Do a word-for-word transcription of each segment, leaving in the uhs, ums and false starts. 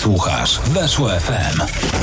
Słuchasz Weszło F M.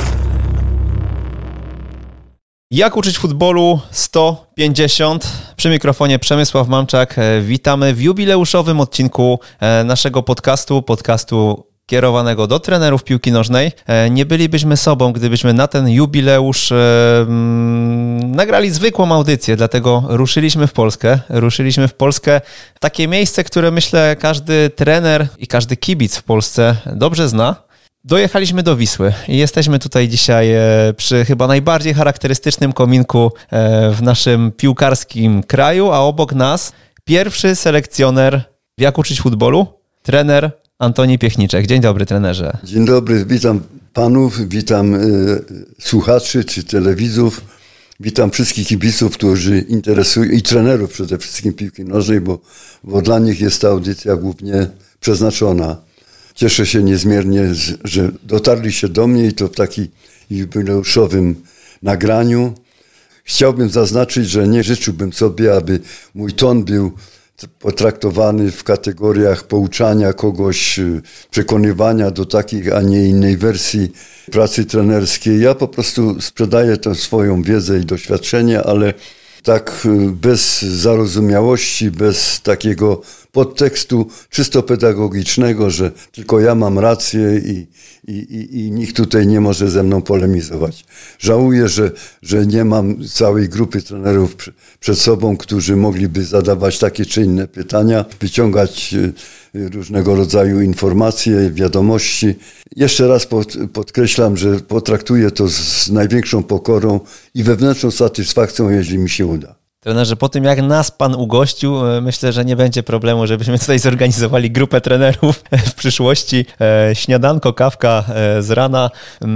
Jak uczyć futbolu sto pięćdziesiąt? Przy mikrofonie Przemysław Mamczak. Witamy w jubileuszowym odcinku naszego podcastu, podcastu kierowanego do trenerów piłki nożnej. Nie bylibyśmy sobą, gdybyśmy na ten jubileusz e, nagrali zwykłą audycję, dlatego ruszyliśmy w Polskę. Ruszyliśmy w Polskę w takie miejsce, które myślę każdy trener i każdy kibic w Polsce dobrze zna. Dojechaliśmy do Wisły i jesteśmy tutaj dzisiaj przy chyba najbardziej charakterystycznym kominku w naszym piłkarskim kraju, a obok nas pierwszy selekcjoner w Jak uczyć futbolu, trener Antoni Piechniczek. Dzień dobry, trenerze. Dzień dobry, witam panów, witam y, słuchaczy czy telewidzów, witam wszystkich kibiców, którzy interesują i trenerów przede wszystkim piłki nożnej, bo, bo dla nich jest ta audycja głównie przeznaczona. Cieszę się niezmiernie, że dotarliście do mnie i to w takim jubileuszowym nagraniu. Chciałbym zaznaczyć, że nie życzyłbym sobie, aby mój ton był potraktowany w kategoriach pouczania kogoś, przekonywania do takich, a nie innej wersji pracy trenerskiej. Ja po prostu sprzedaję tę swoją wiedzę i doświadczenie, ale tak bez zarozumiałości, bez takiego podtekstu czysto pedagogicznego, że tylko ja mam rację i, i, i, i nikt tutaj nie może ze mną polemizować. Żałuję, że, że nie mam całej grupy trenerów przed sobą, którzy mogliby zadawać takie czy inne pytania, wyciągać różnego rodzaju informacje, wiadomości. Jeszcze raz pod, podkreślam, że potraktuję to z największą pokorą i wewnętrzną satysfakcją, jeśli mi się uda. Trenerze, po tym jak nas pan ugościł, myślę, że nie będzie problemu, żebyśmy tutaj zorganizowali grupę trenerów w przyszłości. Śniadanko, kawka z rana,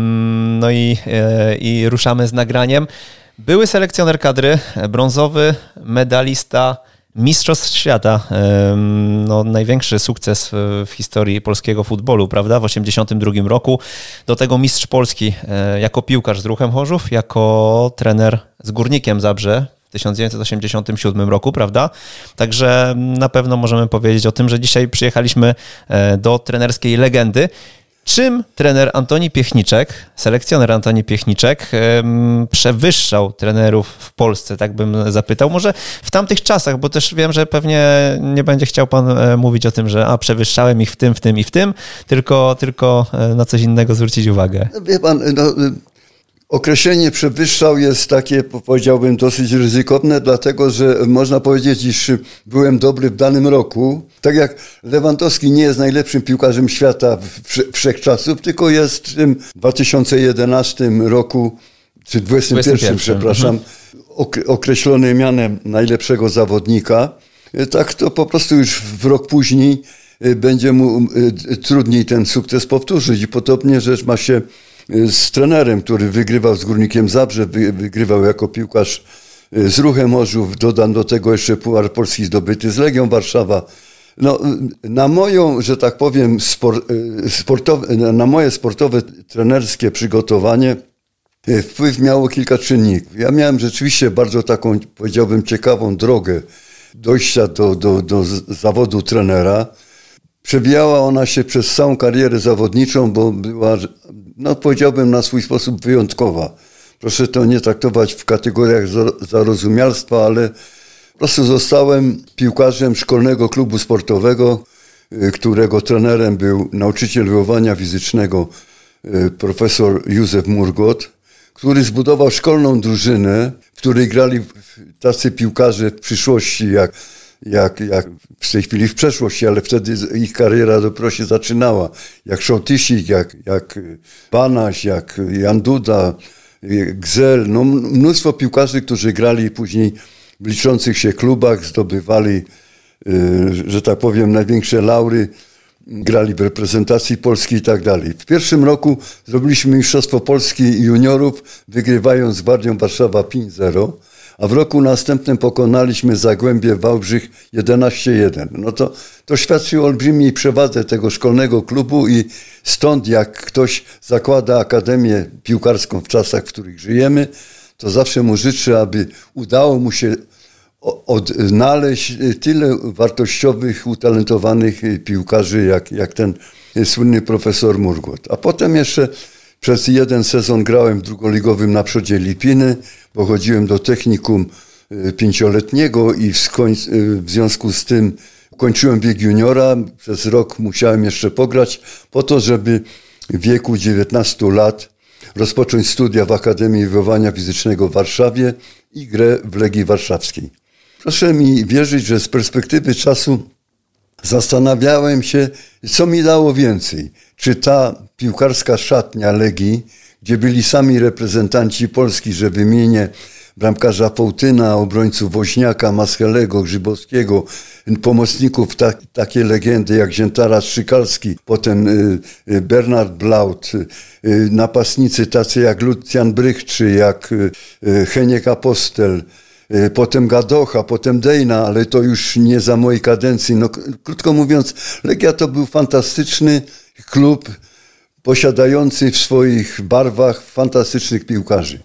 no i, i ruszamy z nagraniem. Były selekcjoner kadry, brązowy medalista Mistrzostw Świata, no, największy sukces w historii polskiego futbolu, prawda, w osiemdziesiątym drugim roku. Do tego mistrz Polski jako piłkarz z Ruchem Chorzów, jako trener z Górnikiem Zabrze w tysiąc dziewięćset osiemdziesiątym siódmym roku, prawda? Także na pewno możemy powiedzieć o tym, że dzisiaj przyjechaliśmy do trenerskiej legendy. Czym trener Antoni Piechniczek, selekcjoner Antoni Piechniczek przewyższał trenerów w Polsce, tak bym zapytał. Może w tamtych czasach, bo też wiem, że pewnie nie będzie chciał pan mówić o tym, że a, przewyższałem ich w tym, w tym i w tym, tylko, tylko na coś innego zwrócić uwagę. Wie pan, no, określenie przewyższał jest takie, powiedziałbym, dosyć ryzykowne, dlatego że można powiedzieć, iż byłem dobry w danym roku. Tak jak Lewandowski nie jest najlepszym piłkarzem świata wszechczasów, tylko jest w tym dwa tysiące jedenastym roku, czy dwudziestym pierwszym, przepraszam, określony mianem najlepszego zawodnika. Tak to po prostu już w rok później będzie mu trudniej ten sukces powtórzyć. I podobnie rzecz ma się z trenerem, który wygrywał z Górnikiem Zabrze, wygrywał jako piłkarz z Ruchem Chorzów, dodam do tego jeszcze Puchar Polski zdobyty z Legią Warszawa. No, na moją, że tak powiem, sport, sportowe, na moje sportowe, trenerskie przygotowanie wpływ miało kilka czynników. Ja miałem rzeczywiście bardzo taką, powiedziałbym, ciekawą drogę dojścia do, do, do zawodu trenera. Przewijała ona się przez całą karierę zawodniczą, bo była, no powiedziałbym, na swój sposób wyjątkowa. Proszę to nie traktować w kategoriach zarozumialstwa, ale po prostu zostałem piłkarzem szkolnego klubu sportowego, którego trenerem był nauczyciel wychowania fizycznego profesor Józef Murgot, który zbudował szkolną drużynę, w której grali tacy piłkarze w przyszłości jak Jak, jak w tej chwili w przeszłości, ale wtedy ich kariera dopiero się zaczynała. Jak Szołtysik, jak, jak Banaś, jak Jan Duda, Gzel, no mnóstwo piłkarzy, którzy grali później w liczących się klubach, zdobywali, że tak powiem, największe laury, grali w reprezentacji Polski i tak dalej. W pierwszym roku zrobiliśmy Mistrzostwo Polski juniorów, wygrywając z Gwardią Warszawa pięć zero. A w roku następnym pokonaliśmy Zagłębie Wałbrzych jedenaście jeden. No to, to świadczy o olbrzymiej przewadze tego szkolnego klubu i stąd jak ktoś zakłada akademię piłkarską w czasach, w których żyjemy, to zawsze mu życzę, aby udało mu się odnaleźć tyle wartościowych, utalentowanych piłkarzy, jak, jak ten słynny profesor Murgot. A potem jeszcze przez jeden sezon grałem w drugoligowym na Przodzie Lipiny, pochodziłem do technikum pięcioletniego i w, skoń- w związku z tym kończyłem wiek juniora. Przez rok musiałem jeszcze pograć po to, żeby w wieku dziewiętnastu lat rozpocząć studia w Akademii Wychowania Fizycznego w Warszawie i grę w Legii Warszawskiej. Proszę mi wierzyć, że z perspektywy czasu zastanawiałem się, co mi dało więcej. Czy ta piłkarska szatnia Legii, gdzie byli sami reprezentanci Polski, że wymienię bramkarza Połtyna, obrońców Woźniaka, Maschelego, Grzybowskiego, pomocników tak, takie legendy jak Ziętara Strzykalski, potem y, y, Bernard Blaut, y, napastnicy tacy jak Lucjan Brych, czy jak y, y, Heniek Apostel, y, potem Gadocha, potem Dejna, ale to już nie za mojej kadencji. No, k- krótko mówiąc, Legia to był fantastyczny klub posiadający w swoich barwach fantastycznych piłkarzy.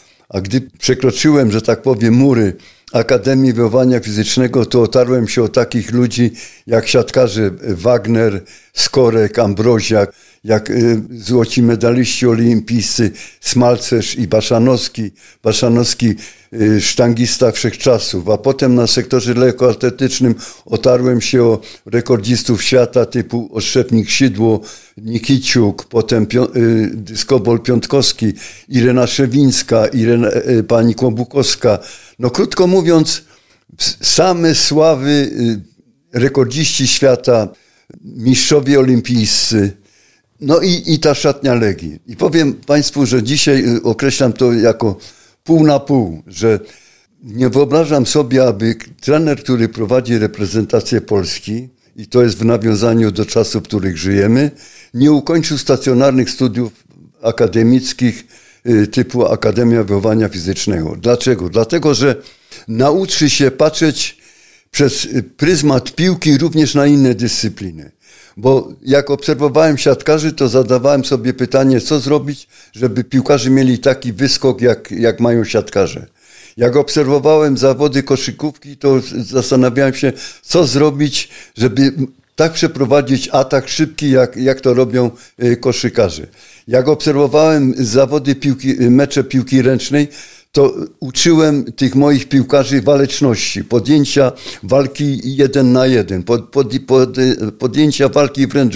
A gdy przekroczyłem, że tak powiem, mury Akademii Wychowania Fizycznego, to otarłem się o takich ludzi jak siatkarze Wagner, Skorek, Ambroziak, jak złoci medaliści olimpijscy Smalcerz i Baszanowski. Baszanowski sztangista wszechczasów, a potem na sektorze lekkoatletycznym otarłem się o rekordzistów świata typu Oszczepnik Sidło, Nikiciuk, potem Pio- dyskobol Piątkowski, Irena Szewińska, Irena, pani Kłobukowska. No krótko mówiąc, same sławy, rekordziści świata, mistrzowie olimpijscy, no i, i ta szatnia Legii. I powiem Państwu, że dzisiaj określam to jako pół na pół, że nie wyobrażam sobie, aby trener, który prowadzi reprezentację Polski, i to jest w nawiązaniu do czasów, w których żyjemy, nie ukończył stacjonarnych studiów akademickich typu Akademia Wychowania Fizycznego. Dlaczego? Dlatego, że nauczy się patrzeć przez pryzmat piłki również na inne dyscypliny. Bo jak obserwowałem siatkarzy, to zadawałem sobie pytanie, co zrobić, żeby piłkarze mieli taki wyskok, jak, jak mają siatkarze. Jak obserwowałem zawody koszykówki, to zastanawiałem się, co zrobić, żeby tak przeprowadzić atak szybki, jak, jak to robią koszykarze. Jak obserwowałem zawody piłki, mecze piłki ręcznej, to uczyłem tych moich piłkarzy waleczności, podjęcia walki jeden na jeden, pod, pod, pod, podjęcia walki wręcz,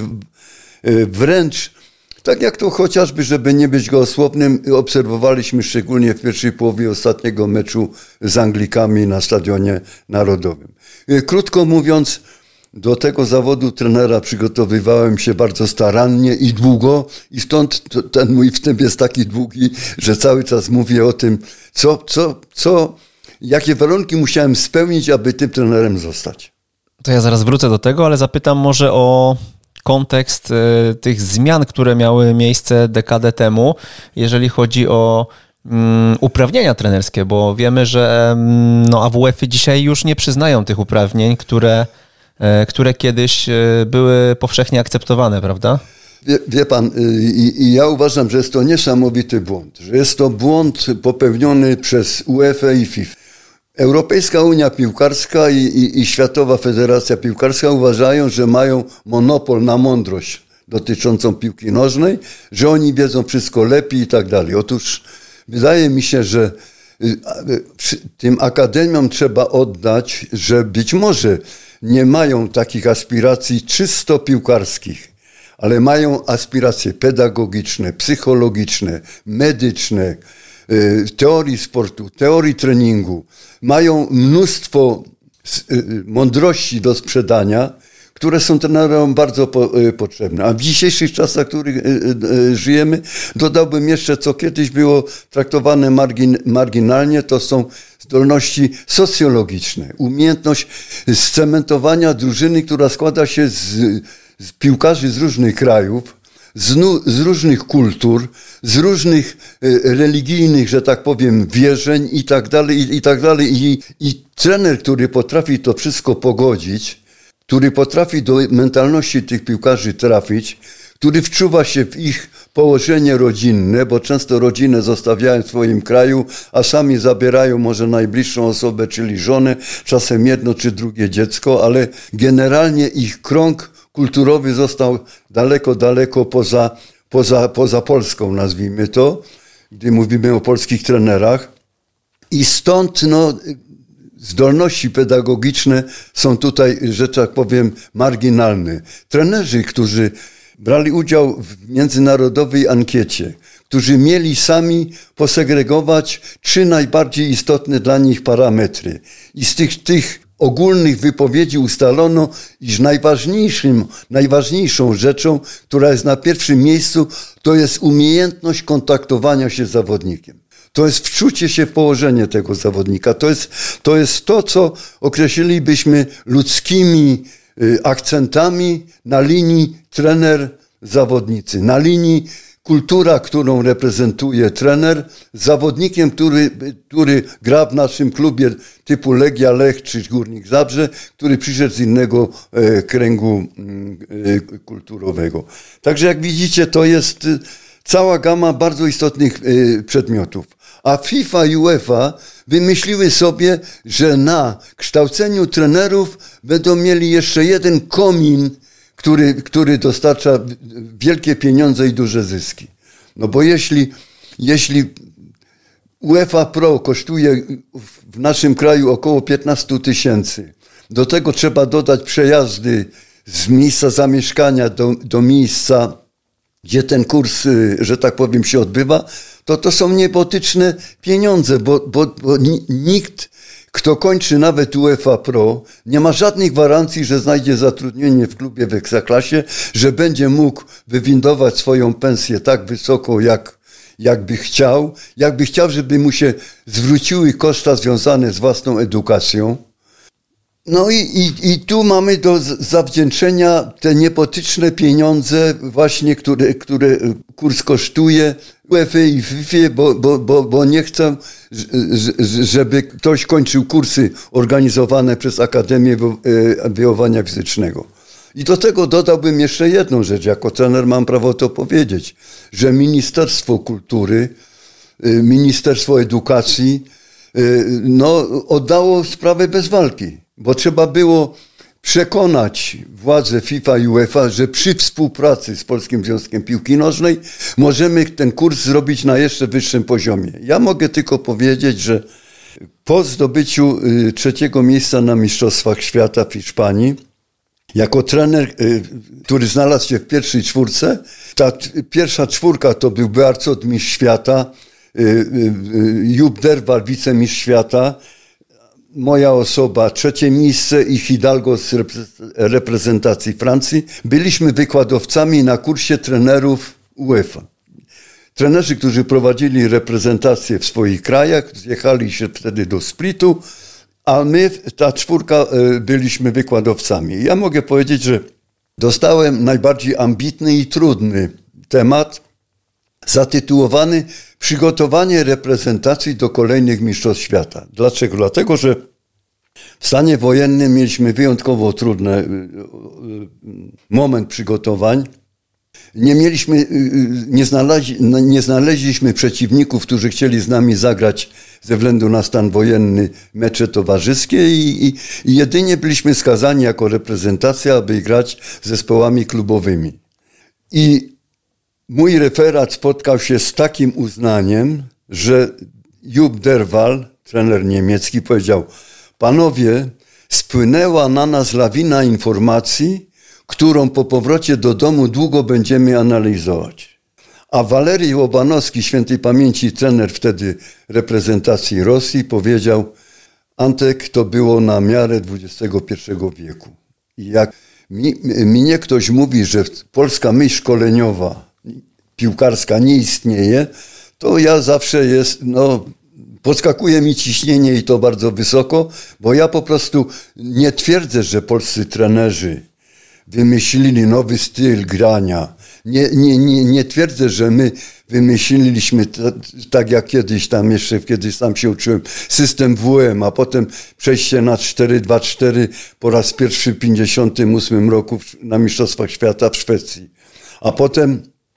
wręcz, tak jak to chociażby, żeby nie być gołosłownym, obserwowaliśmy szczególnie w pierwszej połowie ostatniego meczu z Anglikami na Stadionie Narodowym. Krótko mówiąc, do tego zawodu trenera przygotowywałem się bardzo starannie i długo i stąd ten mój wstęp jest taki długi, że cały czas mówię o tym, co, co, co, jakie warunki musiałem spełnić, aby tym trenerem zostać. To ja zaraz wrócę do tego, ale zapytam może o kontekst y, tych zmian, które miały miejsce dekadę temu, jeżeli chodzi o um, uprawnienia trenerskie, bo wiemy, że um, no, A W F-y dzisiaj już nie przyznają tych uprawnień, które które kiedyś były powszechnie akceptowane, prawda? Wie, wie pan, i, i ja uważam, że jest to niesamowity błąd, że jest to błąd popełniony przez UEFA i FIFA. Europejska Unia Piłkarska i, i, i Światowa Federacja Piłkarska uważają, że mają monopol na mądrość dotyczącą piłki nożnej, że oni wiedzą wszystko lepiej i tak dalej. Otóż wydaje mi się, że tym akademiom trzeba oddać, że być może nie mają takich aspiracji czysto piłkarskich, ale mają aspiracje pedagogiczne, psychologiczne, medyczne, teorii sportu, teorii treningu. Mają mnóstwo mądrości do sprzedania, które są trenerom bardzo po, potrzebne. A w dzisiejszych czasach, w których żyjemy, dodałbym jeszcze, co kiedyś było traktowane margin, marginalnie, to są zdolności socjologiczne, umiejętność scementowania drużyny, która składa się z, z piłkarzy z różnych krajów, z, z różnych kultur, z różnych religijnych, że tak powiem, wierzeń i tak dalej, i, i tak dalej. I, i trener, który potrafi to wszystko pogodzić, który potrafi do mentalności tych piłkarzy trafić, który wczuwa się w ich położenie rodzinne, bo często rodzinę zostawiają w swoim kraju, a sami zabierają może najbliższą osobę, czyli żonę, czasem jedno czy drugie dziecko, ale generalnie ich krąg kulturowy został daleko, daleko poza, poza, poza Polską, nazwijmy to, gdy mówimy o polskich trenerach. I stąd no, zdolności pedagogiczne są tutaj, że tak powiem, marginalne. Trenerzy, którzy brali udział w międzynarodowej ankiecie, którzy mieli sami posegregować trzy najbardziej istotne dla nich parametry. I z tych, tych ogólnych wypowiedzi ustalono, iż najważniejszym, najważniejszą rzeczą, która jest na pierwszym miejscu, to jest umiejętność kontaktowania się z zawodnikiem. To jest wczucie się w położenie tego zawodnika. To jest to, jest to co określilibyśmy ludzkimi akcentami na linii trener-zawodnicy, na linii kultura, którą reprezentuje trener, z zawodnikiem, który, który gra w naszym klubie typu Legia, Lech czy Górnik Zabrze, który przyszedł z innego e, kręgu e, kulturowego. Także jak widzicie, to jest cała gama bardzo istotnych e, przedmiotów. A FIFA i UEFA wymyśliły sobie, że na kształceniu trenerów będą mieli jeszcze jeden komin, który, który dostarcza wielkie pieniądze i duże zyski. No bo jeśli, jeśli UEFA Pro kosztuje w naszym kraju około piętnaście tysięcy, do tego trzeba dodać przejazdy z miejsca zamieszkania do, do miejsca, gdzie ten kurs, że tak powiem, się odbywa, to to są niebotyczne pieniądze, bo, bo, bo nikt, kto kończy nawet UEFA Pro, nie ma żadnych gwarancji, że znajdzie zatrudnienie w klubie w Ekstraklasie, że będzie mógł wywindować swoją pensję tak wysoko, jak, jak by chciał, jakby chciał, żeby mu się zwróciły koszta związane z własną edukacją. No i, i, i tu mamy do zawdzięczenia te niebotyczne pieniądze właśnie, które, które kurs kosztuje UEFA i FIFA, bo, bo, bo, bo nie chcę, żeby ktoś kończył kursy organizowane przez Akademię Wychowania Fizycznego. I do tego dodałbym jeszcze jedną rzecz, jako trener mam prawo to powiedzieć, że Ministerstwo Kultury, Ministerstwo Edukacji no, oddało sprawę bez walki. Bo trzeba było przekonać władze FIFA i UEFA, że przy współpracy z Polskim Związkiem Piłki Nożnej możemy ten kurs zrobić na jeszcze wyższym poziomie. Ja mogę tylko powiedzieć, że po zdobyciu trzeciego miejsca na Mistrzostwach Świata w Hiszpanii, jako trener, który znalazł się w pierwszej czwórce, ta pierwsza czwórka to był Bearcot, mistrz świata, Joop Derwal, wicemistrz świata, moja osoba, trzecie miejsce i Hidalgo z reprezentacji Francji. Byliśmy wykładowcami na kursie trenerów UEFA. Trenerzy, którzy prowadzili reprezentację w swoich krajach, zjechali się wtedy do Splitu, a my, ta czwórka, byliśmy wykładowcami. Ja mogę powiedzieć, że dostałem najbardziej ambitny i trudny temat, zatytułowany Przygotowanie reprezentacji do kolejnych mistrzostw świata. Dlaczego? Dlatego, że w stanie wojennym mieliśmy wyjątkowo trudny moment przygotowań. Nie mieliśmy, nie, znaleźli, nie znaleźliśmy przeciwników, którzy chcieli z nami zagrać ze względu na stan wojenny mecze towarzyskie i, i, i jedynie byliśmy skazani jako reprezentacja, aby grać z zespołami klubowymi. I mój referat spotkał się z takim uznaniem, że Joop Derwal, trener niemiecki, powiedział: panowie, spłynęła na nas lawina informacji, którą po powrocie do domu długo będziemy analizować. A Walerii Łobanowski, świętej pamięci trener wtedy reprezentacji Rosji, powiedział: Antek, to było na miarę dwudziestego pierwszego wieku. I jak mi, mnie ktoś mówi, że polska myśl szkoleniowa, piłkarska nie istnieje, to ja zawsze jest, no, podskakuje mi ciśnienie i to bardzo wysoko, bo ja po prostu nie twierdzę, że polscy trenerzy wymyślili nowy styl grania. Nie, nie, nie, nie twierdzę, że my wymyśliliśmy t- tak jak kiedyś tam jeszcze, kiedy sam się uczyłem, system W M, a potem przejście na cztery dwa cztery po raz pierwszy w pięćdziesiątym ósmym roku na Mistrzostwach Świata w Szwecji. A potem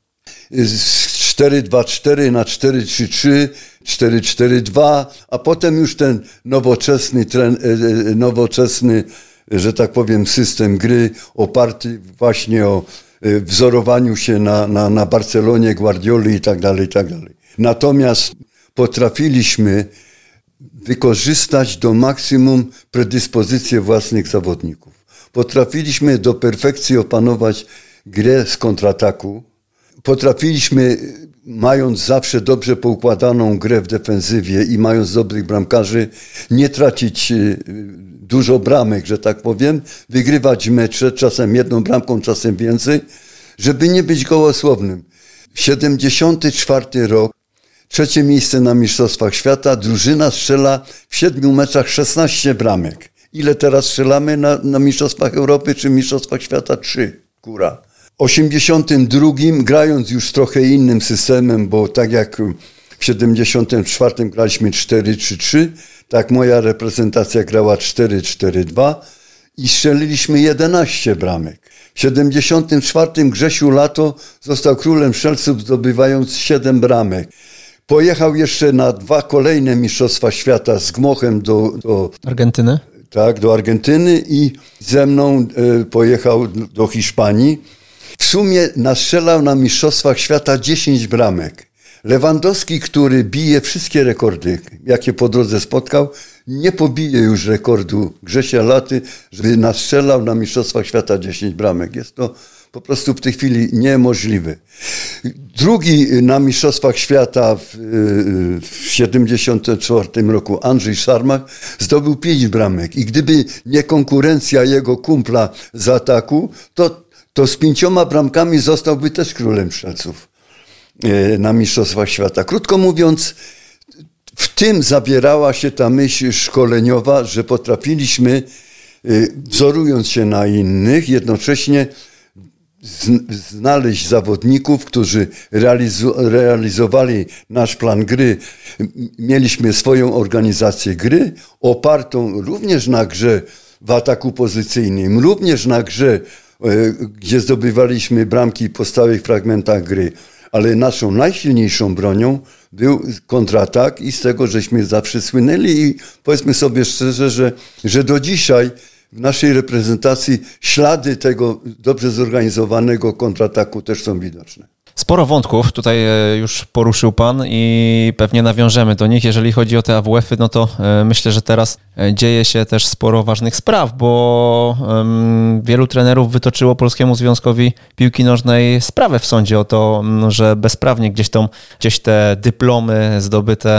z cztery dwa cztery na cztery trzy trzy, cztery cztery dwa, a potem już ten nowoczesny, tren, nowoczesny że tak powiem, system gry oparty właśnie o wzorowaniu się na, na, na Barcelonie, Guardioli i tak dalej, i tak dalej. Natomiast potrafiliśmy wykorzystać do maksimum predyspozycje własnych zawodników. Potrafiliśmy do perfekcji opanować grę z kontrataku. Potrafiliśmy, mając zawsze dobrze poukładaną grę w defensywie i mając dobrych bramkarzy, nie tracić dużo bramek, że tak powiem, wygrywać mecze, czasem jedną bramką, czasem więcej, żeby nie być gołosłownym. siedemdziesiąty czwarty rok, trzecie miejsce na Mistrzostwach Świata, drużyna strzela w siedmiu meczach szesnaście bramek. Ile teraz strzelamy na, na Mistrzostwach Europy czy Mistrzostwach Świata? Trzy. Góra. W osiemdziesiątym drugim, grając już trochę innym systemem, bo tak jak w siedemdziesiątym czwartym graliśmy cztery trzy trzy, tak moja reprezentacja grała cztery cztery dwa i strzeliliśmy jedenaście bramek. W siedemdziesiątym czwartym Grzesiu Lato został królem strzelców, zdobywając siedem bramek. Pojechał jeszcze na dwa kolejne Mistrzostwa Świata z Gmochem do, do Argentyny. Tak, do Argentyny i ze mną y, pojechał do Hiszpanii. W sumie nastrzelał na Mistrzostwach Świata dziesięć bramek. Lewandowski, który bije wszystkie rekordy, jakie po drodze spotkał, nie pobije już rekordu Grzesia Laty, żeby nastrzelał na Mistrzostwach Świata dziesięć bramek. Jest to po prostu w tej chwili niemożliwe. Drugi na Mistrzostwach Świata w, w siedemdziesiątym czwartym roku Andrzej Szarmach zdobył pięć bramek i gdyby nie konkurencja jego kumpla z ataku, to, to z pięcioma bramkami zostałby też królem strzelców na Mistrzostwach Świata. Krótko mówiąc, w tym zawierała się ta myśl szkoleniowa, że potrafiliśmy, wzorując się na innych, jednocześnie znaleźć zawodników, którzy realizu- realizowali nasz plan gry. Mieliśmy swoją organizację gry, opartą również na grze w ataku pozycyjnym, również na grze, gdzie zdobywaliśmy bramki po stałych fragmentach gry. Ale naszą najsilniejszą bronią był kontratak i z tego żeśmy zawsze słynęli i powiedzmy sobie szczerze, że, że do dzisiaj w naszej reprezentacji ślady tego dobrze zorganizowanego kontrataku też są widoczne. Sporo wątków tutaj już poruszył Pan i pewnie nawiążemy do nich. Jeżeli chodzi o te A W F-y, no to myślę, że teraz dzieje się też sporo ważnych spraw, bo wielu trenerów wytoczyło Polskiemu Związkowi Piłki Nożnej sprawę w sądzie o to, że bezprawnie gdzieś, tą, gdzieś te dyplomy zdobyte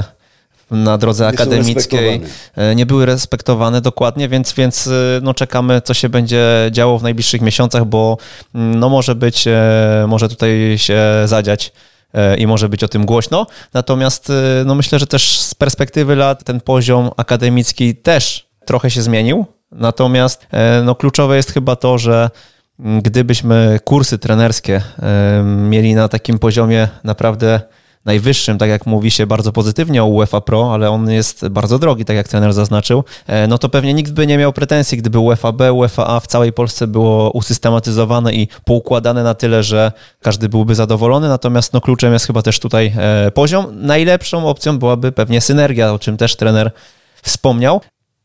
na drodze nie akademickiej nie były respektowane dokładnie, więc, więc no czekamy, co się będzie działo w najbliższych miesiącach, bo no może być, może tutaj się zadziać i może być o tym głośno. Natomiast no myślę, że też z perspektywy lat ten poziom akademicki też trochę się zmienił. Natomiast no kluczowe jest chyba to, że gdybyśmy kursy trenerskie mieli na takim poziomie naprawdę najwyższym, tak jak mówi się bardzo pozytywnie o UEFA Pro, ale on jest bardzo drogi, tak jak trener zaznaczył, no to pewnie nikt by nie miał pretensji, gdyby UEFA B, UEFA A w całej Polsce było usystematyzowane i poukładane na tyle, że każdy byłby zadowolony, natomiast no kluczem jest chyba też tutaj poziom. Najlepszą opcją byłaby pewnie synergia, o czym też trener wspomniał.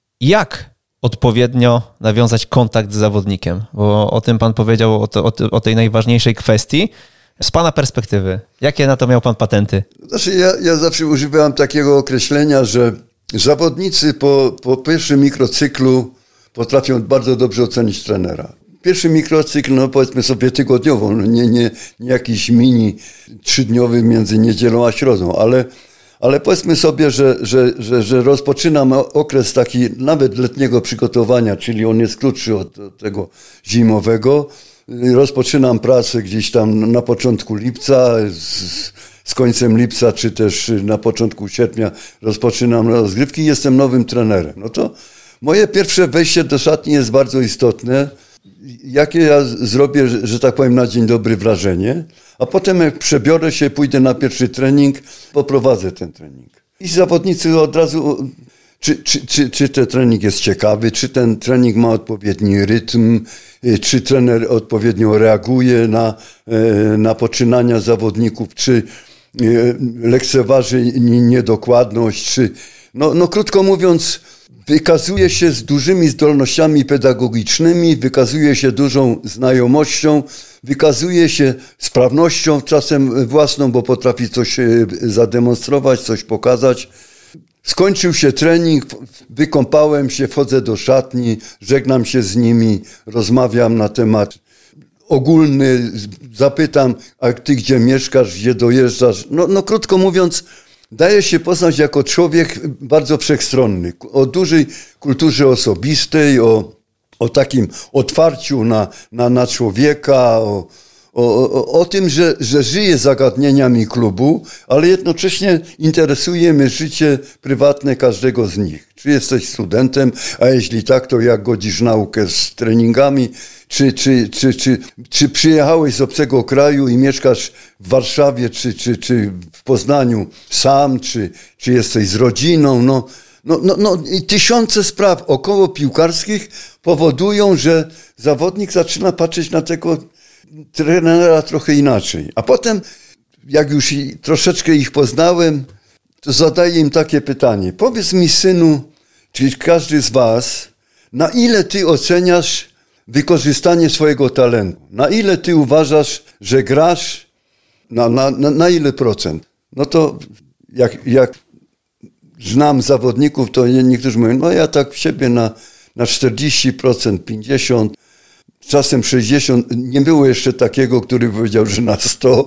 Jak odpowiednio nawiązać kontakt z zawodnikiem? Bo o tym Pan powiedział, o, to, o, o tej najważniejszej kwestii. Z Pana perspektywy, jakie na to miał Pan patenty? Znaczy ja, ja zawsze używałem takiego określenia, że zawodnicy po, po pierwszym mikrocyklu potrafią bardzo dobrze ocenić trenera. Pierwszy mikrocykl, no powiedzmy sobie tygodniowo, no nie, nie, nie jakiś mini trzydniowy między niedzielą a środą, ale, ale powiedzmy sobie, że, że, że, że rozpoczynam okres taki nawet letniego przygotowania, czyli on jest krótszy od, od tego zimowego. Rozpoczynam pracę gdzieś tam na początku lipca, z, z końcem lipca, czy też na początku sierpnia rozpoczynam rozgrywki i jestem nowym trenerem. No to moje pierwsze wejście do szatni jest bardzo istotne. Jakie ja zrobię, że tak powiem, na dzień dobry wrażenie, a potem jak przebiorę się, pójdę na pierwszy trening, poprowadzę ten trening. I zawodnicy od razu... Czy, czy, czy, czy ten trening jest ciekawy, czy ten trening ma odpowiedni rytm, czy trener odpowiednio reaguje na, na poczynania zawodników, czy lekceważy niedokładność, czy, no, no krótko mówiąc, wykazuje się z dużymi zdolnościami pedagogicznymi, wykazuje się dużą znajomością, wykazuje się sprawnością czasem własną, bo potrafi coś zademonstrować, coś pokazać. Skończył się trening, wykąpałem się, wchodzę do szatni, żegnam się z nimi, rozmawiam na temat ogólny, zapytam, a ty gdzie mieszkasz, gdzie dojeżdżasz? No, no krótko mówiąc, daje się poznać jako człowiek bardzo wszechstronny, o dużej kulturze osobistej, o, o takim otwarciu na, na, na człowieka, o, o, o, o tym, że, że żyje zagadnieniami klubu, ale jednocześnie interesuje mnie życie prywatne każdego z nich. Czy jesteś studentem, a jeśli tak, to jak godzisz naukę z treningami, czy, czy, czy, czy, czy przyjechałeś z obcego kraju i mieszkasz w Warszawie, czy, czy, czy w Poznaniu sam, czy, czy jesteś z rodziną, no, no, no, no i tysiące spraw około piłkarskich powodują, że zawodnik zaczyna patrzeć na tego trenera trochę inaczej. A potem, jak już troszeczkę ich poznałem, to zadaję im takie pytanie. Powiedz mi, synu, czyli każdy z was, na ile ty oceniasz wykorzystanie swojego talentu? Na ile ty uważasz, że grasz? Na, na, na, na ile procent? No to jak, jak znam zawodników, to niektórzy mówią, no ja tak w siebie na, na czterdzieści procent, pięćdziesiąt procent, czasem sześćdziesiąt procent. Nie było jeszcze takiego, który powiedział, że na sto.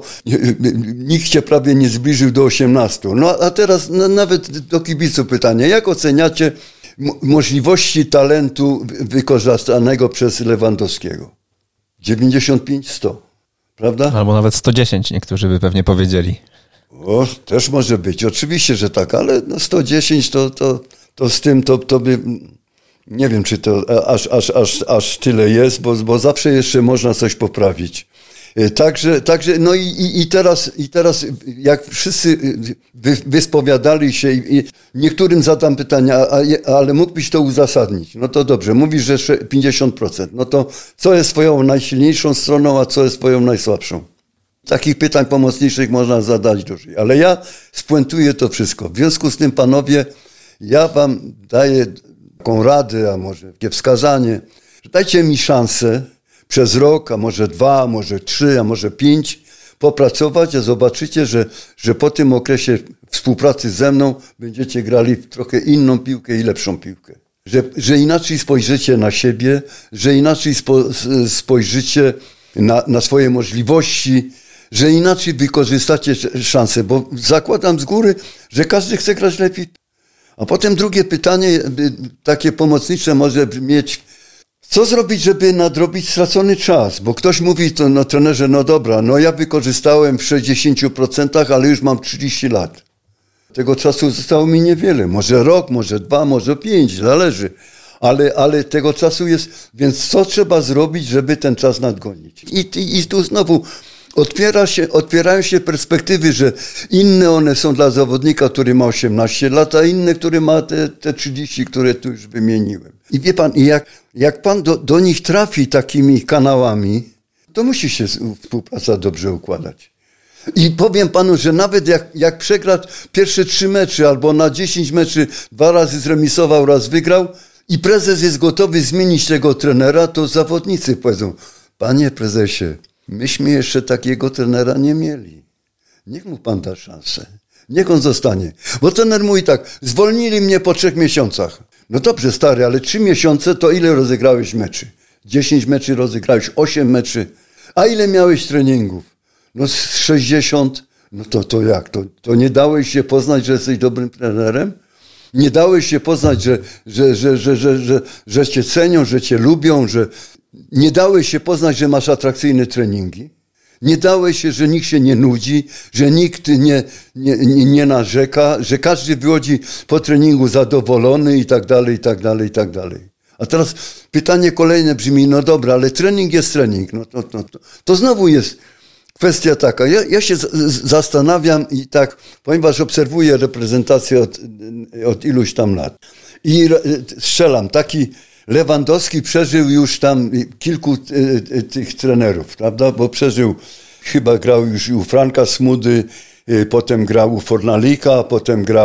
Nikt się prawie nie zbliżył do osiemnastu. No a teraz no, nawet do kibiców pytanie, jak oceniacie możliwości talentu wykorzystanego przez Lewandowskiego? dziewięćdziesiąt pięć sto, prawda? Albo nawet sto dziesięć, niektórzy by pewnie powiedzieli. O, też może być, oczywiście, że tak, ale no sto dziesięć to, to, to z tym to, to by... Nie wiem, czy to aż, aż, aż, aż tyle jest, bo, bo zawsze jeszcze można coś poprawić. Także, także no i, i, teraz, i teraz jak wszyscy wy, wyspowiadali się i niektórym zadam pytania, a, ale mógłbyś to uzasadnić. No to dobrze, mówisz, że pięćdziesiąt procent. No to co jest twoją najsilniejszą stroną, a co jest twoją najsłabszą? Takich pytań pomocniczych można zadać dużo. Ale ja spuentuję to wszystko. W związku z tym, panowie, ja wam daję taką radę, a może takie wskazanie, że dajcie mi szansę przez rok, a może dwa, a może trzy, a może pięć popracować, a zobaczycie, że, że po tym okresie współpracy ze mną będziecie grali w trochę inną piłkę i lepszą piłkę. Że, że inaczej spojrzycie na siebie, że inaczej spo, spojrzycie na, na swoje możliwości, że inaczej wykorzystacie szansę, bo zakładam z góry, że każdy chce grać lepiej. A potem drugie pytanie, takie pomocnicze może brzmieć, co zrobić, żeby nadrobić stracony czas? Bo ktoś mówi to no trenerze, no dobra, no ja wykorzystałem w sześćdziesięciu procentach, ale już mam trzydzieści lat. Tego czasu zostało mi niewiele, może rok, może dwa, może pięć, zależy. Ale, ale tego czasu jest, więc co trzeba zrobić, żeby ten czas nadgonić? I, i, i tu znowu otwiera się, otwierają się perspektywy, że inne one są dla zawodnika, który ma osiemnaście lat, a inne, który ma te, te trzydzieści, które tu już wymieniłem. I wie pan, jak, jak pan do, do nich trafi takimi kanałami, to musi się współpraca dobrze układać. I powiem panu, że nawet jak, jak przegra pierwsze trzy mecze, albo na dziesięć meczy dwa razy zremisował, raz wygrał i prezes jest gotowy zmienić tego trenera, to zawodnicy powiedzą, panie prezesie, myśmy jeszcze takiego trenera nie mieli. Niech mu pan da szansę. Niech on zostanie. Bo trener mówi tak, zwolnili mnie po trzech miesiącach. No dobrze, stary, ale trzy miesiące to ile rozegrałeś meczy? Dziesięć meczy rozegrałeś, osiem meczy. A ile miałeś treningów? No sześćdziesiąt. No to, to jak? To, to nie dałeś się poznać, że jesteś dobrym trenerem? Nie dałeś się poznać, że, że, że, że, że, że, że cię cenią, że cię lubią, że nie dałeś się poznać, że masz atrakcyjne treningi? Nie dałeś się, że nikt się nie nudzi, że nikt nie, nie, nie, nie narzeka, że każdy wychodzi po treningu zadowolony i tak dalej, i tak dalej, i tak dalej. A teraz pytanie kolejne brzmi, no dobra, ale trening jest trening. No to, to, to, to znowu jest kwestia taka. Ja, ja się z, z, zastanawiam i tak, ponieważ obserwuję reprezentację od, od iluś tam lat i strzelam, taki Lewandowski przeżył już tam kilku y, y, tych trenerów, prawda? Bo przeżył, chyba grał już u Franka Smudy, y, potem grał u Fornalika, potem grał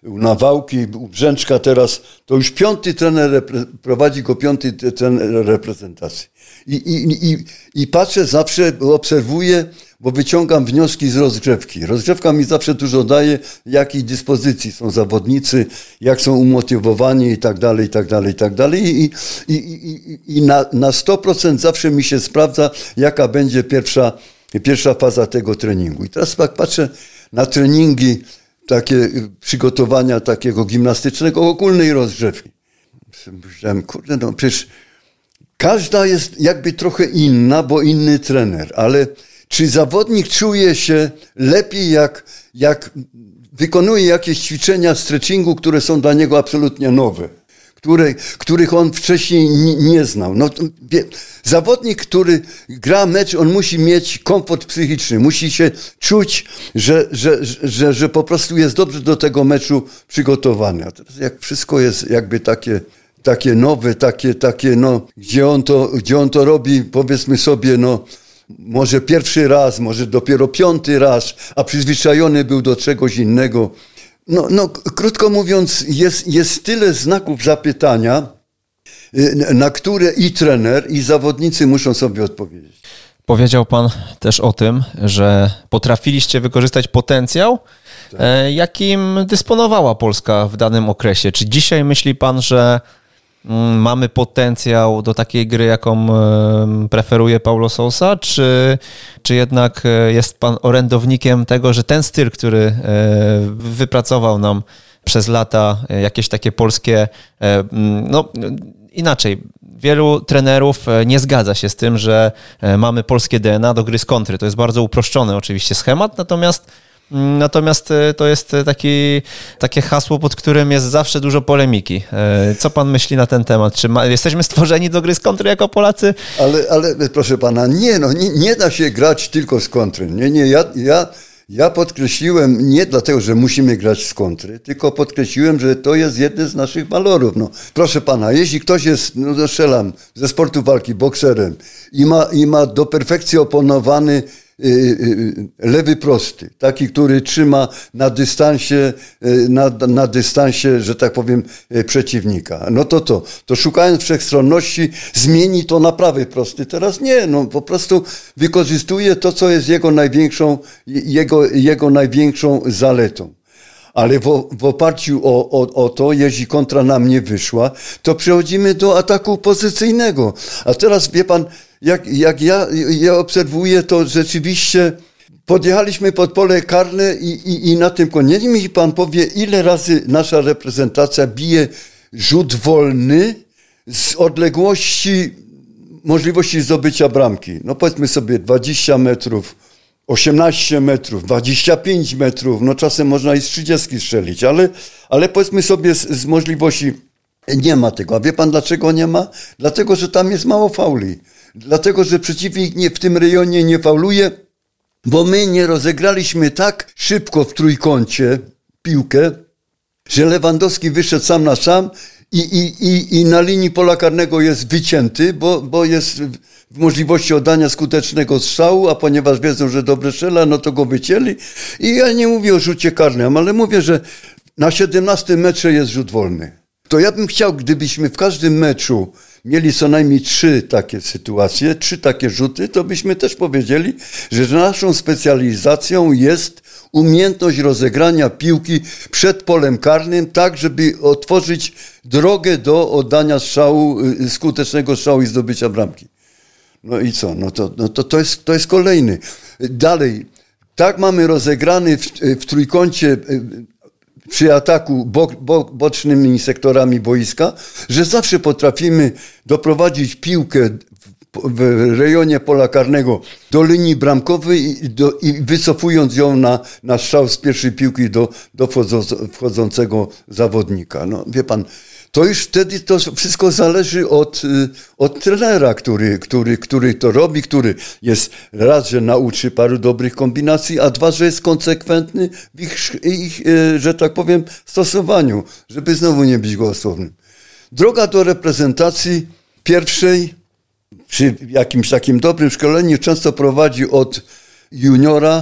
u Nawałki, u Brzęczka teraz, to już piąty trener, repre- prowadzi go piąty trener reprezentacji. I, i, i, I patrzę, zawsze obserwuję, bo wyciągam wnioski z rozgrzewki. Rozgrzewka mi zawsze dużo daje, jakiej dyspozycji są zawodnicy, jak są umotywowani i tak dalej, i tak dalej, i tak dalej. I, i, i, i na, na sto procent zawsze mi się sprawdza, jaka będzie pierwsza, pierwsza faza tego treningu. I teraz jak patrzę na treningi, takie przygotowania takiego gimnastycznego, ogólnej rozgrzewki. Myślałem, kurde, no przecież każda jest jakby trochę inna, bo inny trener, ale czy zawodnik czuje się lepiej, jak, jak wykonuje jakieś ćwiczenia stretchingu, które są dla niego absolutnie nowe, które, których on wcześniej nie, nie znał. No, wie, zawodnik, który gra mecz, on musi mieć komfort psychiczny, musi się czuć, że, że, że, że po prostu jest dobrze do tego meczu przygotowany. A teraz jak wszystko jest jakby takie... takie nowe, takie, takie, no, gdzie on to, gdzie on to robi, powiedzmy sobie, no, może pierwszy raz, może dopiero piąty raz, a przyzwyczajony był do czegoś innego. No, no krótko mówiąc, jest, jest tyle znaków zapytania, na które i trener, i zawodnicy muszą sobie odpowiedzieć. Powiedział pan też o tym, że potrafiliście wykorzystać potencjał, tak, jakim dysponowała Polska w danym okresie. Czy dzisiaj myśli pan, że mamy potencjał do takiej gry, jaką preferuje Paulo Sousa, czy, czy jednak jest pan orędownikiem tego, że ten styl, który wypracował nam przez lata jakieś takie polskie, no inaczej, wielu trenerów nie zgadza się z tym, że mamy polskie D N A do gry z kontry. To jest bardzo uproszczony oczywiście schemat, natomiast Natomiast to jest taki, takie hasło, pod którym jest zawsze dużo polemiki. Co pan myśli na ten temat? Czy ma, jesteśmy stworzeni do gry z kontry jako Polacy? Ale, ale proszę pana, nie, no, nie, nie da się grać tylko z kontry. Nie, nie, ja, ja, ja podkreśliłem nie dlatego, że musimy grać z kontry, tylko podkreśliłem, że to jest jeden z naszych walorów. No, proszę pana, jeśli ktoś jest, no strzelam, ze sportu walki, bokserem i ma, i ma do perfekcji oponowany lewy prosty, taki, który trzyma na dystansie, na, na dystansie, że tak powiem, przeciwnika. No to to, to szukając wszechstronności zmieni to na prawy prosty. Teraz nie, no po prostu wykorzystuje to, co jest jego największą, jego, jego największą zaletą. Ale w, w oparciu o, o, o to, jeśli kontra nam nie wyszła, to przechodzimy do ataku pozycyjnego. A teraz wie pan, jak, jak ja, ja obserwuję, to rzeczywiście podjechaliśmy pod pole karne i, i, i na tym koniec. Mi pan powie, ile razy nasza reprezentacja bije rzut wolny z odległości możliwości zdobycia bramki. No powiedzmy sobie dwadzieścia metrów, osiemnaście metrów, dwadzieścia pięć metrów, no czasem można i z trzydziestu strzelić, ale, ale powiedzmy sobie z, z możliwości nie ma tego. A wie pan dlaczego nie ma? Dlatego, że tam jest mało fauli. Dlatego, że przeciwnik nie, w tym rejonie nie fauluje, bo my nie rozegraliśmy tak szybko w trójkącie piłkę, że Lewandowski wyszedł sam na sam i, i, i, i na linii pola karnego jest wycięty, bo, bo jest w możliwości oddania skutecznego strzału, a ponieważ wiedzą, że dobrze strzela, no to go wycięli. I ja nie mówię o rzucie karnym, ale mówię, że na siedemnastym metrze jest rzut wolny. To ja bym chciał, gdybyśmy w każdym meczu mieli co najmniej trzy takie sytuacje, trzy takie rzuty, to byśmy też powiedzieli, że naszą specjalizacją jest umiejętność rozegrania piłki przed polem karnym, tak żeby otworzyć drogę do oddania strzału, skutecznego strzału i zdobycia bramki. No i co? No to, no to, to, jest, to jest kolejny. Dalej, tak mamy rozegrany w, w trójkącie przy ataku bo, bo, bocznymi sektorami boiska, że zawsze potrafimy doprowadzić piłkę w, w rejonie pola karnego do linii bramkowej i, do, i wycofując ją na, na strzał z pierwszej piłki do, do wchodzącego zawodnika. No wie pan, to już wtedy to wszystko zależy od, od trenera, który, który, który to robi, który jest raz, że nauczy paru dobrych kombinacji, a dwa, że jest konsekwentny w ich, ich że tak powiem, stosowaniu, żeby znowu nie być gołosłownym. Droga do reprezentacji pierwszej, przy jakimś takim dobrym szkoleniu, często prowadzi od juniora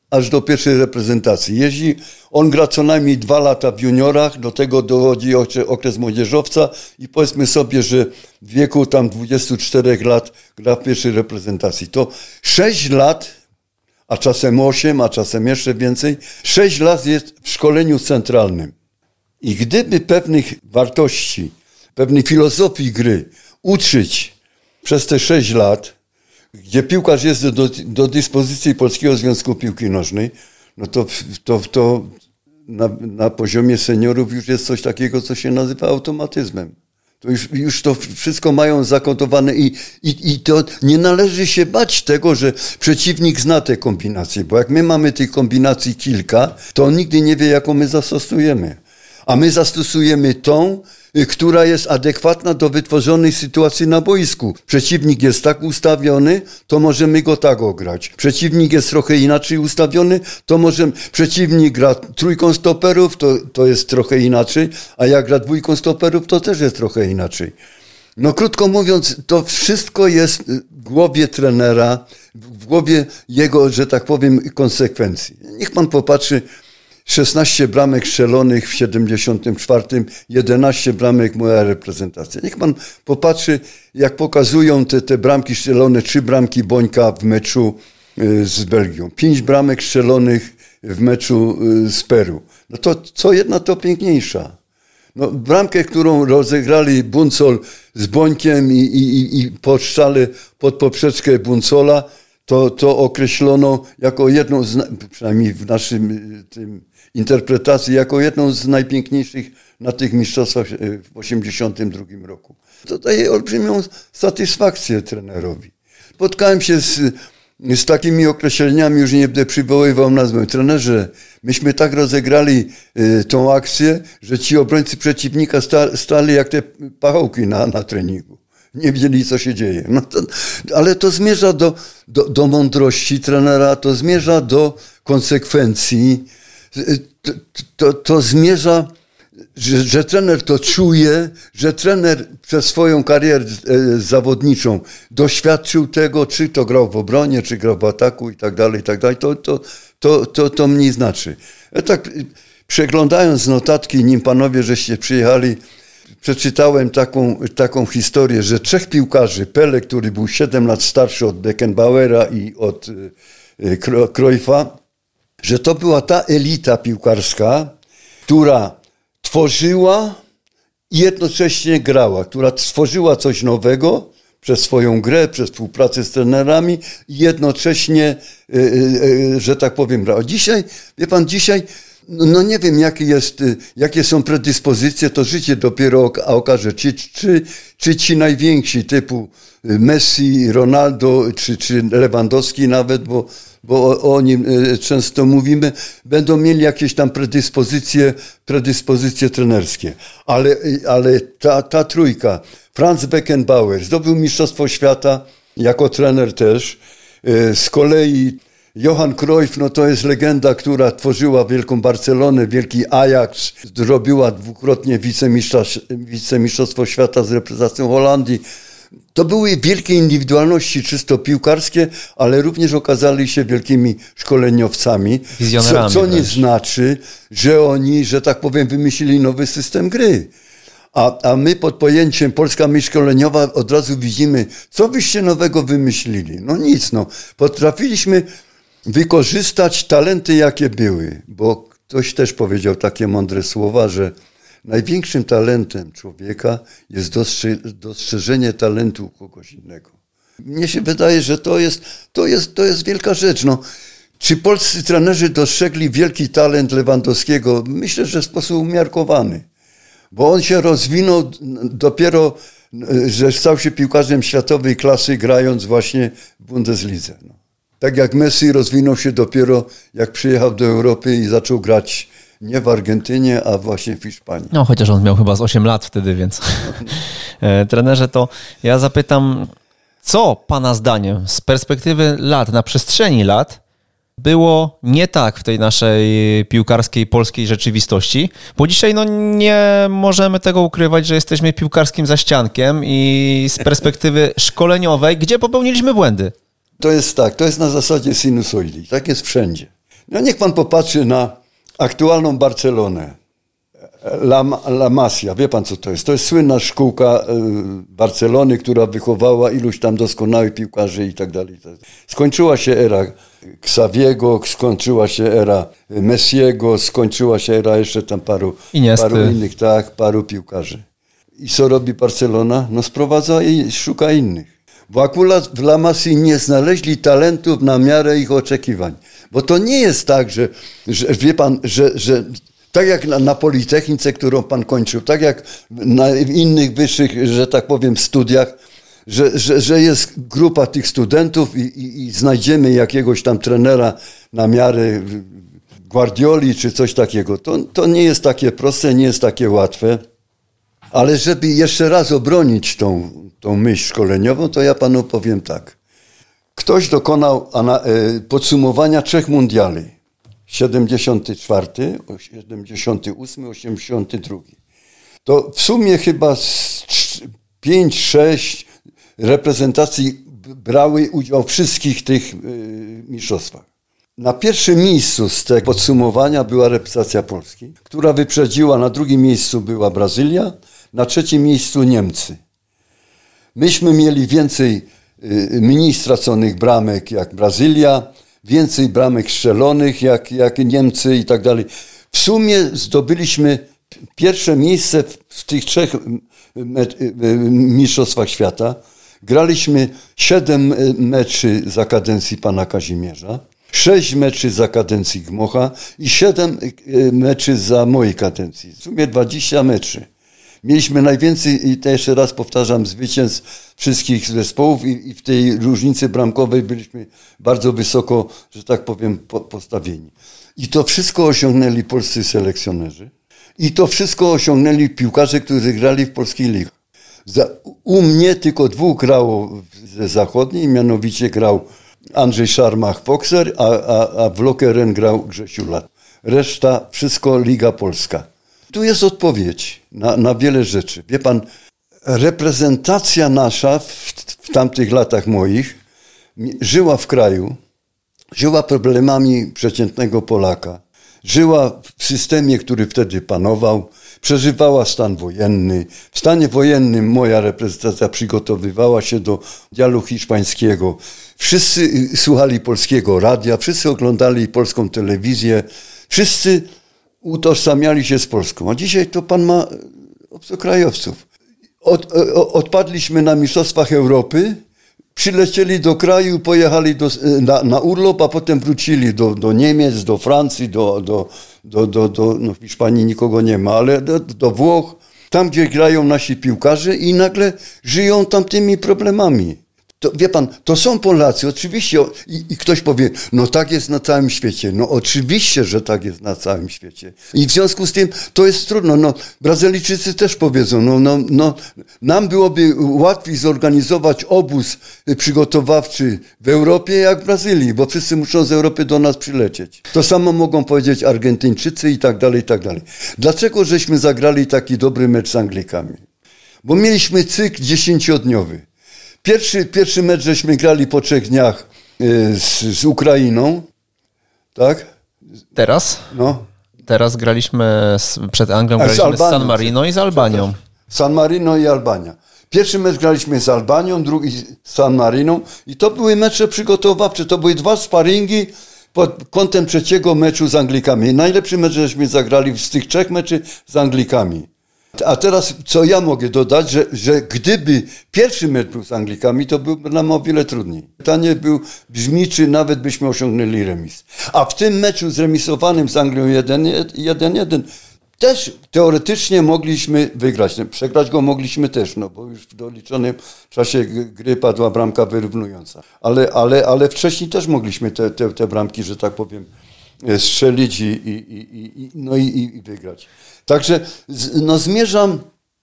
aż do pierwszej reprezentacji. Jeździ, on gra co najmniej dwa lata w juniorach, do tego dochodzi okres młodzieżowca i powiedzmy sobie, że w wieku tam dwudziestu czterech lat gra w pierwszej reprezentacji. To sześć lat, a czasem osiem, a czasem jeszcze więcej, sześć lat jest w szkoleniu centralnym. I gdyby pewnych wartości, pewnej filozofii gry uczyć przez te sześć lat, gdzie piłkarz jest do, do dyspozycji Polskiego Związku Piłki Nożnej, no to, to, to na, na poziomie seniorów już jest coś takiego, co się nazywa automatyzmem. To już, już to wszystko mają zakontowane i, i, i to nie należy się bać tego, że przeciwnik zna te kombinacje, bo jak my mamy tych kombinacji kilka, to on nigdy nie wie, jaką my zastosujemy. A my zastosujemy tą, która jest adekwatna do wytworzonej sytuacji na boisku. Przeciwnik jest tak ustawiony, to możemy go tak ograć. Przeciwnik jest trochę inaczej ustawiony, to możemy... Przeciwnik gra trójką stoperów, to, to jest trochę inaczej, a jak gra dwójką stoperów, to też jest trochę inaczej. No krótko mówiąc, to wszystko jest w głowie trenera, w głowie jego, że tak powiem, konsekwencji. Niech pan popatrzy, szesnaście bramek strzelonych w siedemdziesiątym czwartym, jedenaście bramek moja reprezentacja. Niech pan popatrzy, jak pokazują te, te bramki strzelone, trzy bramki Bońka w meczu y, z Belgią, pięć bramek strzelonych w meczu y, z Peru. No to co jedna to piękniejsza. No, bramkę, którą rozegrali Buncol z Bońkiem i, i, i pod szczale, pod poprzeczkę Buncola, to, to określono jako jedną z, przynajmniej w naszym tym interpretacji, jako jedną z najpiękniejszych na tych mistrzostwach w osiemdziesiątym drugim roku. To daje olbrzymią satysfakcję trenerowi. Spotkałem się z, z takimi określeniami, już nie będę przywoływał nazwę. Trenerze, myśmy tak rozegrali y, tą akcję, że ci obrońcy przeciwnika sta, stali jak te pachołki na, na treningu. Nie wiedzieli, co się dzieje. No to, ale to zmierza do, do, do mądrości trenera, to zmierza do konsekwencji, to, to, to zmierza, że, że trener to czuje, że trener przez swoją karierę zawodniczą doświadczył tego, czy to grał w obronie, czy grał w ataku i tak dalej, i tak dalej. To, to, to, to, to mniej znaczy. Ja tak przeglądając notatki, nim panowie żeście przyjechali, przeczytałem taką, taką historię, że trzech piłkarzy, Pele, który był siedem lat starszy od Beckenbauera i od Cruyffa, że to była ta elita piłkarska, która tworzyła i jednocześnie grała, która stworzyła coś nowego przez swoją grę, przez współpracę z trenerami i jednocześnie, że tak powiem, grała. Dzisiaj, wie pan, dzisiaj no nie wiem, jakie, jest, jakie są predyspozycje, to życie dopiero okaże, czy, czy, czy ci najwięksi typu Messi, Ronaldo, czy, czy Lewandowski nawet, bo, bo o nim często mówimy, będą mieli jakieś tam predyspozycje, predyspozycje trenerskie. Ale, ale ta, ta trójka, Franz Beckenbauer zdobył Mistrzostwo Świata jako trener też, z kolei Johan Cruyff, no to jest legenda, która tworzyła wielką Barcelonę, wielki Ajax, zrobiła dwukrotnie wicemistrzostwo świata z reprezentacją Holandii. To były wielkie indywidualności czysto piłkarskie, ale również okazali się wielkimi szkoleniowcami, co, co nie znaczy, że oni, że tak powiem, wymyślili nowy system gry. A, a my pod pojęciem Polska Myśl Szkoleniowa od razu widzimy, co byście nowego wymyślili. No nic, no. Potrafiliśmy wykorzystać talenty, jakie były, bo ktoś też powiedział takie mądre słowa, że największym talentem człowieka jest dostrze- dostrzeżenie talentu kogoś innego. Mnie się wydaje, że to jest, to jest, to jest wielka rzecz. No, czy polscy trenerzy dostrzegli wielki talent Lewandowskiego? Myślę, że w sposób umiarkowany, bo on się rozwinął dopiero, że stał się piłkarzem światowej klasy, grając właśnie w Bundeslidze. No. Tak jak Messi rozwinął się dopiero, jak przyjechał do Europy i zaczął grać nie w Argentynie, a właśnie w Hiszpanii. No, chociaż on miał chyba z osiem lat wtedy, więc trenerze, to ja zapytam, co pana zdaniem z perspektywy lat, na przestrzeni lat było nie tak w tej naszej piłkarskiej polskiej rzeczywistości, bo dzisiaj no, nie możemy tego ukrywać, że jesteśmy piłkarskim zaściankiem i z perspektywy szkoleniowej, gdzie popełniliśmy błędy. To jest tak, to jest na zasadzie sinusoidii, tak jest wszędzie. No niech pan popatrzy na aktualną Barcelonę. La, La Masia, wie pan co to jest? To jest słynna szkółka Barcelony, która wychowała iluś tam doskonałych piłkarzy i tak dalej. Skończyła się era Xaviego, skończyła się era Messiego, skończyła się era jeszcze tam paru, paru innych, tak, paru piłkarzy. I co robi Barcelona? No sprowadza i szuka innych. Bo akurat w La Masii nie znaleźli talentów na miarę ich oczekiwań. Bo to nie jest tak, że, że wie pan, że, że tak jak na, na Politechnice, którą pan kończył, tak jak na innych wyższych, że tak powiem, studiach, że, że, że jest grupa tych studentów i, i, i znajdziemy jakiegoś tam trenera na miarę Guardioli czy coś takiego. To, to nie jest takie proste, nie jest takie łatwe. Ale żeby jeszcze raz obronić tą, tą myśl szkoleniową, to ja panu powiem tak. Ktoś dokonał ana, e, podsumowania trzech mundiali. siedemdziesiąty czwarty, siedemdziesiąty ósmy, osiemdziesiąty drugi. To w sumie chyba pięć sześć reprezentacji brały udział w wszystkich tych y, mistrzostwach. Na pierwszym miejscu z tego podsumowania była reprezentacja Polski, która wyprzedziła, na drugim miejscu była Brazylia, na trzecim miejscu Niemcy. Myśmy mieli więcej, y, mniej straconych bramek jak Brazylia, więcej bramek strzelonych jak, jak Niemcy i tak dalej. W sumie zdobyliśmy pierwsze miejsce w tych trzech mistrzostwach świata. Graliśmy siedem meczy za kadencji pana Kazimierza, sześć meczy za kadencji Gmocha i siedem meczy za mojej kadencji. W sumie dwadzieścia meczy. Mieliśmy najwięcej, i to jeszcze raz powtarzam, zwycięstw wszystkich zespołów i, i w tej różnicy bramkowej byliśmy bardzo wysoko, że tak powiem, po, postawieni. I to wszystko osiągnęli polscy selekcjonerzy. I to wszystko osiągnęli piłkarze, którzy grali w polskiej lidze. U mnie tylko dwóch grało ze zachodniej, mianowicie grał Andrzej Szarmach-Foxer, a, a, a w Lokeren grał Grzesiu Lat. Reszta, wszystko Liga Polska. Tu jest odpowiedź na, na wiele rzeczy. Wie pan, reprezentacja nasza w, w tamtych latach moich żyła w kraju, żyła problemami przeciętnego Polaka, żyła w systemie, który wtedy panował, przeżywała stan wojenny. W stanie wojennym moja reprezentacja przygotowywała się do mundialu hiszpańskiego. Wszyscy słuchali polskiego radia, wszyscy oglądali polską telewizję, wszyscy utożsamiali się z Polską. A dzisiaj to pan ma obcokrajowców. Od, odpadliśmy na Mistrzostwach Europy, przylecieli do kraju, pojechali do, na, na urlop, a potem wrócili do, do Niemiec, do Francji, do, do, do, do, do no w Hiszpanii nikogo nie ma, ale do, do Włoch, tam gdzie grają nasi piłkarze i nagle żyją tam tymi problemami. To, wie pan, to są Polacy, oczywiście, i, i ktoś powie, no tak jest na całym świecie. No oczywiście, że tak jest na całym świecie. I w związku z tym to jest trudno. No, Brazylijczycy też powiedzą, no, no, no, nam byłoby łatwiej zorganizować obóz przygotowawczy w Europie jak w Brazylii, bo wszyscy muszą z Europy do nas przylecieć. To samo mogą powiedzieć Argentyńczycy i tak dalej, i tak dalej. Dlaczego żeśmy zagrali taki dobry mecz z Anglikami? Bo mieliśmy cykl dziesięciodniowy. Pierwszy, pierwszy mecz żeśmy grali po trzech dniach z, z Ukrainą, tak? Teraz? No. Teraz graliśmy z, przed Anglią, graliśmy z, Albanią, z San Marino i z Albanią. San Marino i Albania. Pierwszy mecz graliśmy z Albanią, drugi z San Mariną i to były mecze przygotowawcze, to były dwa sparingi pod kątem trzeciego meczu z Anglikami. Najlepszy mecz żeśmy zagrali z tych trzech meczy z Anglikami. A teraz, co ja mogę dodać, że, że gdyby pierwszy mecz był z Anglikami, to byłby nam o wiele trudniej. Pytanie był, brzmi, czy nawet byśmy osiągnęli remis. A w tym meczu zremisowanym z Anglią jeden jeden też teoretycznie mogliśmy wygrać. Przegrać go mogliśmy też, no bo już w doliczonym czasie gry padła bramka wyrównująca. Ale, ale, ale wcześniej też mogliśmy te, te, te bramki, że tak powiem, strzelić i, i, i, i, no i, i wygrać. Także no, zmierzam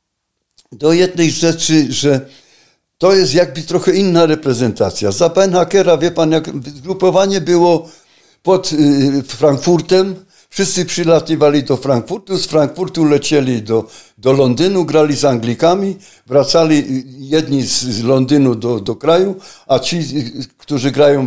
do jednej rzeczy, że to jest jakby trochę inna reprezentacja. Za Benhakera, wie pan, jak zgrupowanie było pod y, Frankfurtem, wszyscy przylatywali do Frankfurtu, z Frankfurtu lecieli do, do Londynu, grali z Anglikami, wracali jedni z, z Londynu do, do kraju, a ci, którzy grają w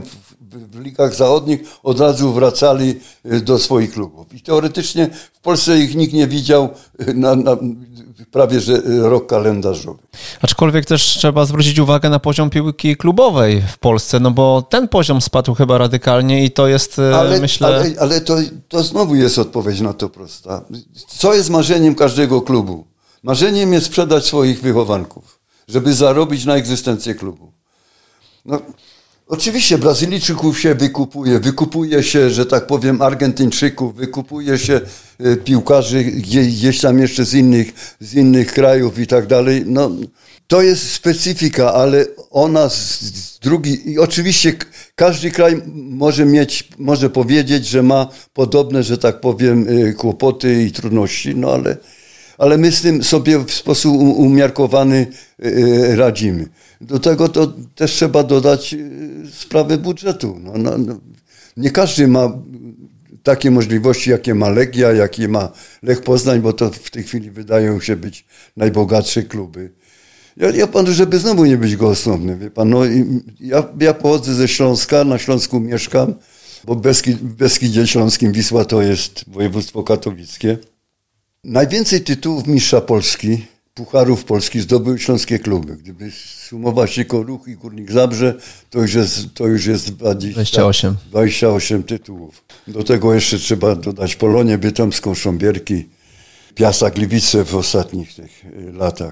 w ligach zachodnich od razu wracali do swoich klubów. I teoretycznie w Polsce ich nikt nie widział na, na prawie że rok kalendarzowy. Aczkolwiek też trzeba zwrócić uwagę na poziom piłki klubowej w Polsce, no bo ten poziom spadł chyba radykalnie i to jest, ale, myślę... Ale, ale to, to znowu jest odpowiedź na to prosta. Co jest marzeniem każdego klubu? Marzeniem jest sprzedać swoich wychowanków, żeby zarobić na egzystencję klubu. No, oczywiście Brazylijczyków się wykupuje, wykupuje się, że tak powiem, Argentyńczyków, wykupuje się piłkarzy gdzieś tam jeszcze z innych, z innych krajów i tak dalej. No, to jest specyfika, ale ona z drugiej... I oczywiście każdy kraj może mieć, może powiedzieć, że ma podobne, że tak powiem, kłopoty i trudności, no ale... ale my z tym sobie w sposób umiarkowany radzimy. Do tego to też trzeba dodać sprawę budżetu. No, no, no. Nie każdy ma takie możliwości, jakie ma Legia, jakie ma Lech Poznań, bo to w tej chwili wydają się być najbogatsze kluby. Ja, ja panu, żeby znowu nie być gołosłownym, wie pan, no, ja, ja pochodzę ze Śląska, na Śląsku mieszkam, bo Beskid, w Beskidzie Śląskim Wisła to jest województwo katowickie. Najwięcej tytułów mistrza Polski, pucharów Polski zdobyły śląskie kluby. Gdyby sumować tylko Ruch i Górnik Zabrze, to już jest, to już jest dwadzieścia osiem. dwadzieścia osiem tytułów. Do tego jeszcze trzeba dodać Polonię Bytomską, Sząbierki, Piasta Gliwice w ostatnich tych latach.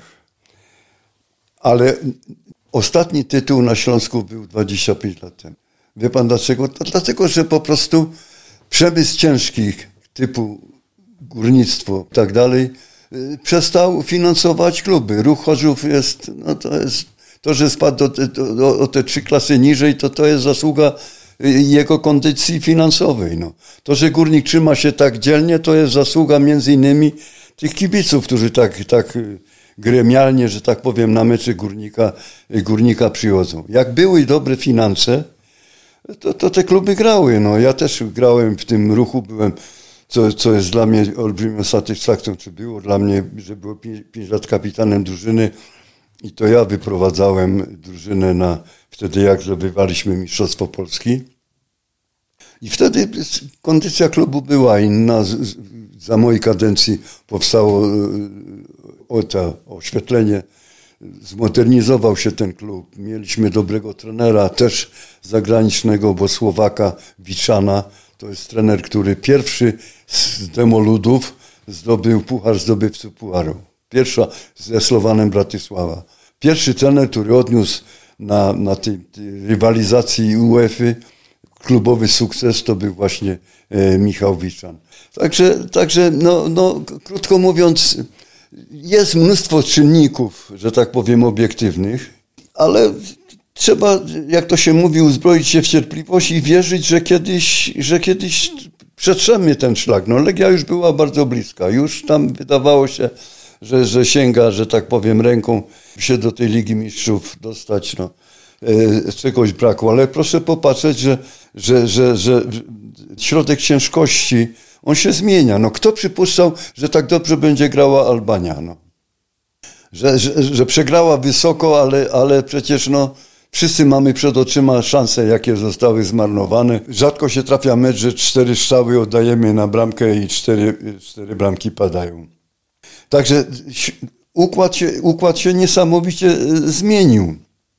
Ale ostatni tytuł na Śląsku był dwadzieścia pięć lat temu. Wie pan dlaczego? To dlatego, że po prostu przemysł ciężki typu górnictwo i tak dalej, przestał finansować kluby. Ruch Chorzów jest, no to jest, to, że spadł do, do, do, o te trzy klasy niżej, to to jest zasługa jego kondycji finansowej. No. To, że Górnik trzyma się tak dzielnie, to jest zasługa między innymi tych kibiców, którzy tak, tak gremialnie, że tak powiem, na mecze Górnika, Górnika przychodzą. Jak były dobre finanse, to, to te kluby grały. No. Ja też grałem w tym Ruchu, byłem Co, co jest dla mnie olbrzymią satysfakcją, czy było dla mnie, że było pięć lat kapitanem drużyny i to ja wyprowadzałem drużynę na, wtedy jak zdobywaliśmy Mistrzostwo Polski. I wtedy kondycja klubu była inna. Za mojej kadencji powstało o, to oświetlenie, zmodernizował się ten klub. Mieliśmy dobrego trenera, też zagranicznego, bo Słowaka, Wiczana. To jest trener, który pierwszy z Demoludów zdobył puchar zdobywców pucharu. Pierwsza ze Slowanem Bratysława. Pierwszy trener, który odniósł na, na tej, tej rywalizacji UEFA klubowy sukces, to był właśnie e, Michał Wiczan. Także, także no, no, krótko mówiąc, jest mnóstwo czynników, że tak powiem, obiektywnych, ale trzeba, jak to się mówi, uzbroić się w cierpliwość i wierzyć, że kiedyś, że kiedyś przetrzemy ten szlak. No, Legia już była bardzo bliska. Już tam wydawało się, że, że sięga, że tak powiem, ręką się do tej Ligi Mistrzów dostać. No, e, czegoś brakło. Ale proszę popatrzeć, że, że, że, że środek ciężkości, on się zmienia. No, kto przypuszczał, że tak dobrze będzie grała Albania? No? Że, że, że przegrała wysoko, ale, ale przecież no, wszyscy mamy przed oczyma szanse, jakie zostały zmarnowane. Rzadko się trafia mecz, że cztery strzały oddajemy na bramkę i cztery, cztery bramki padają. Także układ się, układ się niesamowicie zmienił.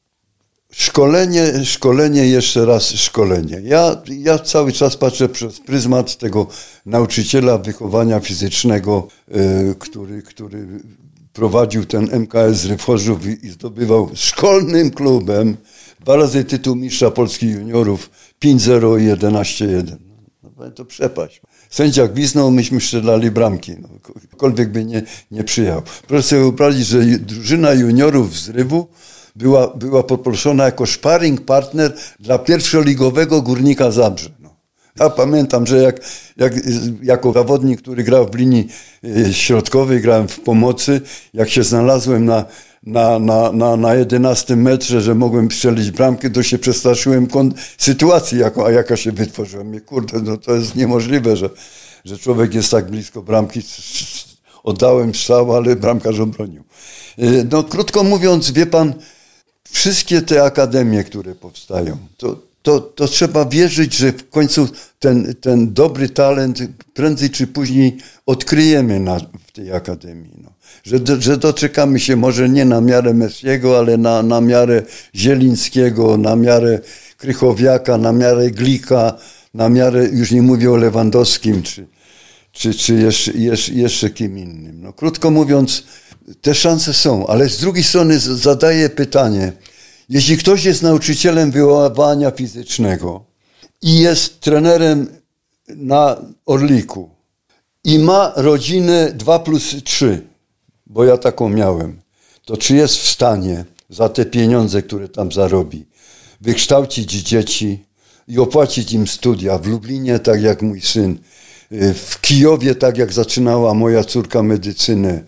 Szkolenie, szkolenie, jeszcze raz szkolenie. Ja, ja cały czas patrzę przez pryzmat tego nauczyciela wychowania fizycznego, yy, który, który prowadził ten M K S Ryforzów i, i zdobywał szkolnym klubem dwa razy tytuł mistrza Polski juniorów, pięć zero i jedenaście jeden. No, to przepaść. Sędzia gwizdnął, myśmy strzelali bramki. No, kogokolwiek by nie, nie przyjął. Proszę sobie wyobrazić, że drużyna juniorów z Rywu była, była poproszona jako sparring partner dla pierwszoligowego Górnika Zabrze. No. Ja pamiętam, że jak, jak, jako zawodnik, który grał w linii środkowej, grałem w pomocy, jak się znalazłem na, na, na, na, na jedenastym metrze, że mogłem strzelić bramkę, to się przestraszyłem kon- sytuacji, jako, a jaka się wytworzyła. Mnie, kurde, no to jest niemożliwe, że, że człowiek jest tak blisko bramki. Oddałem strzał, ale bramkarz obronił. No krótko mówiąc, wie pan, wszystkie te akademie, które powstają, to, to, to trzeba wierzyć, że w końcu ten, ten dobry talent prędzej czy później odkryjemy na, w tej akademii. No. Że, że doczekamy się może nie na miarę Messiego, ale na, na miarę Zielińskiego, na miarę Krychowiaka, na miarę Glika, na miarę, już nie mówię o Lewandowskim, czy, czy, czy jeszcze, jeszcze, jeszcze kim innym. No, krótko mówiąc, te szanse są, ale z drugiej strony zadaję pytanie, jeśli ktoś jest nauczycielem wychowania fizycznego i jest trenerem na Orliku i ma rodzinę dwa plus trzy, bo ja taką miałem, to czy jest w stanie za te pieniądze, które tam zarobi, wykształcić dzieci i opłacić im studia w Lublinie, tak jak mój syn, w Kijowie, tak jak zaczynała moja córka medycynę,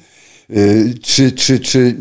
czy, czy, czy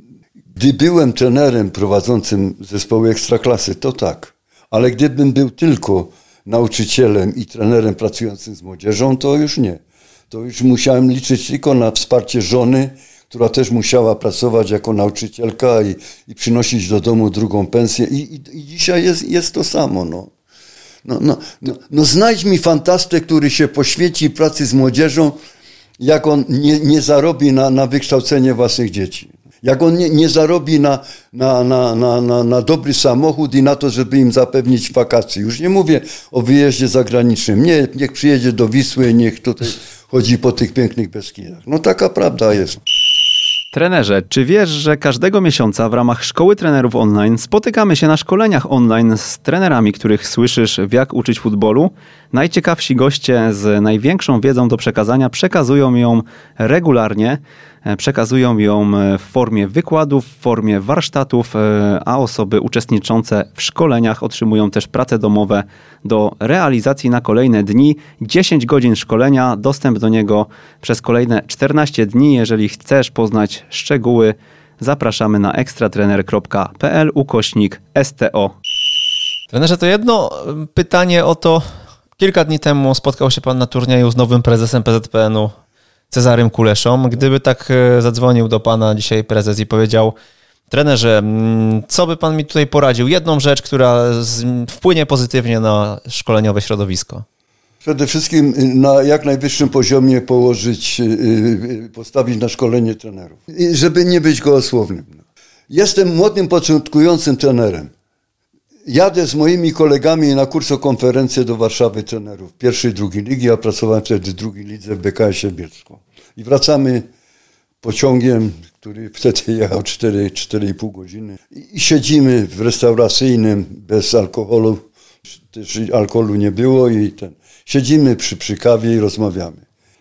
gdy byłem trenerem prowadzącym zespoły ekstraklasy, to tak, ale gdybym był tylko nauczycielem i trenerem pracującym z młodzieżą, to już nie. To już musiałem liczyć tylko na wsparcie żony, która też musiała pracować jako nauczycielka i, i przynosić do domu drugą pensję. I, i, i dzisiaj jest, jest to samo. No. No, no, no, no znajdź mi fantastę, który się poświęci pracy z młodzieżą, jak on nie, nie zarobi na, na wykształcenie własnych dzieci. Jak on nie, nie zarobi na, na, na, na, na, na dobry samochód i na to, żeby im zapewnić wakacje. Już nie mówię o wyjeździe zagranicznym. Nie, niech przyjedzie do Wisły, niech tutaj chodzi po tych pięknych Beskidach. No taka prawda jest. Trenerze, czy wiesz, że każdego miesiąca w ramach Szkoły Trenerów Online spotykamy się na szkoleniach online z trenerami, których słyszysz w Jak uczyć futbolu? Najciekawsi goście z największą wiedzą do przekazania przekazują ją regularnie, przekazują ją w formie wykładów, w formie warsztatów, a osoby uczestniczące w szkoleniach otrzymują też prace domowe do realizacji na kolejne dni. dziesięć godzin szkolenia, dostęp do niego przez kolejne czternaście dni. Jeżeli chcesz poznać szczegóły, zapraszamy na ekstratrener.pl ukośnik sto. Trenerze, to jedno pytanie o to. Kilka dni temu spotkał się pan na turnieju z nowym prezesem P Z P N-u, Cezarym Kuleszą. Gdyby tak zadzwonił do pana dzisiaj prezes i powiedział: trenerze, co by pan mi tutaj poradził? Jedną rzecz, która wpłynie pozytywnie na szkoleniowe środowisko. Przede wszystkim na jak najwyższym poziomie położyć, postawić na szkolenie trenerów, żeby nie być gołosłownym. Jestem młodym, początkującym trenerem. Jadę z moimi kolegami na kursokonferencję do Warszawy trenerów pierwszej, drugiej ligi, ja pracowałem wtedy w drugiej lidze w B K S-ie Bielsko. I wracamy pociągiem, który wtedy jechał cztery, cztery i pół godziny. I siedzimy w restauracyjnym, bez alkoholu, też alkoholu nie było i ten. Siedzimy przy, przy kawie i rozmawiamy.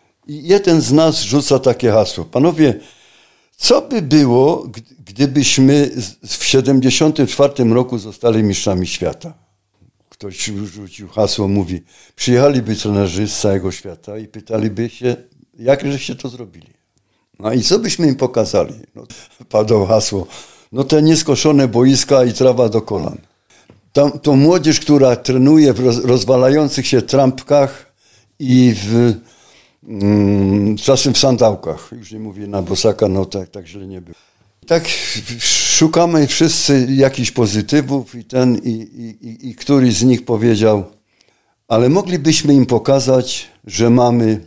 I jeden z nas rzuca takie hasło: panowie, co by było, gdybyśmy w siedemdziesiątym czwartym roku zostali mistrzami świata? Ktoś rzucił hasło, mówi: przyjechaliby trenerzy z całego świata i pytaliby się, jak żeście to zrobili. No i co byśmy im pokazali? No, padło hasło: no te nieskoszone boiska i trawa do kolan. Tam, to młodzież, która trenuje w roz, rozwalających się trampkach i w mm, czasem w sandałkach. Już nie mówię na bosaka, no tak, tak źle nie było. Tak szukamy wszyscy jakichś pozytywów i ten, i, i, i, i któryś z nich powiedział: ale moglibyśmy im pokazać, że mamy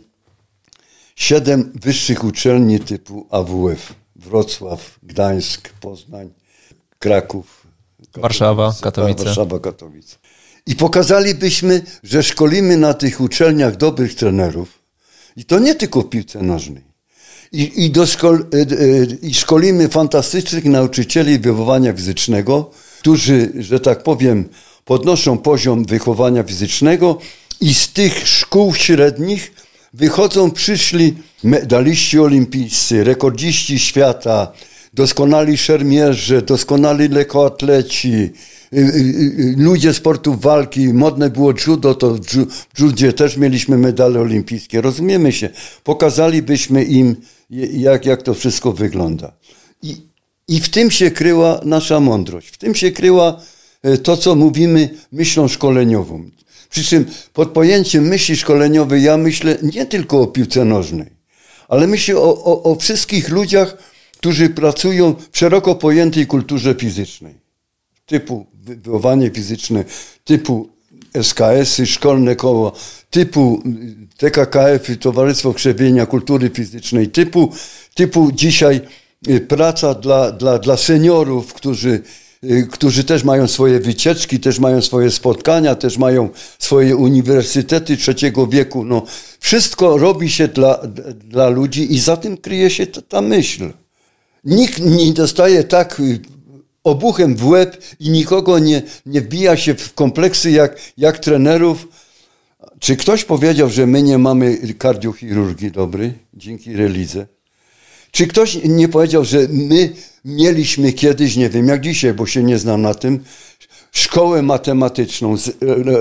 siedem wyższych uczelni typu A W F. Wrocław, Gdańsk, Poznań, Kraków, Warszawa, Katowice. Warszawa, Katowice. I pokazalibyśmy, że szkolimy na tych uczelniach dobrych trenerów. I to nie tylko w piłce nożnej. I, i, do szkol, i szkolimy fantastycznych nauczycieli wychowania fizycznego, którzy, że tak powiem, podnoszą poziom wychowania fizycznego i z tych szkół średnich wychodzą przyszli medaliści olimpijscy, rekordziści świata, doskonali szermierze, doskonali lekkoatleci, ludzie sportów walki. Modne było judo, to w judzie też mieliśmy medale olimpijskie. Rozumiemy się. Pokazalibyśmy im, jak, jak to wszystko wygląda. I, I w tym się kryła nasza mądrość. W tym się kryła to, co mówimy myślą szkoleniową. Przy czym pod pojęciem myśli szkoleniowej ja myślę nie tylko o piłce nożnej, ale myślę o, o, o wszystkich ludziach, którzy pracują w szeroko pojętej kulturze fizycznej. Typu wychowanie fizyczne typu S K S-y, szkolne koło, typu T K K F-y, Towarzystwo Krzewienia Kultury Fizycznej, typu, typu dzisiaj praca dla, dla, dla seniorów, którzy, którzy też mają swoje wycieczki, też mają swoje spotkania, też mają swoje uniwersytety trzeciego wieku. No, wszystko robi się dla, dla ludzi i za tym kryje się ta, ta myśl. Nikt nie dostaje tak obuchem w łeb i nikogo nie, nie wbija się w kompleksy jak, jak trenerów. Czy ktoś powiedział, że my nie mamy kardiochirurgii dobrej dzięki relidze? Czy ktoś nie powiedział, że my mieliśmy kiedyś, nie wiem jak dzisiaj, bo się nie znam na tym, szkołę matematyczną z,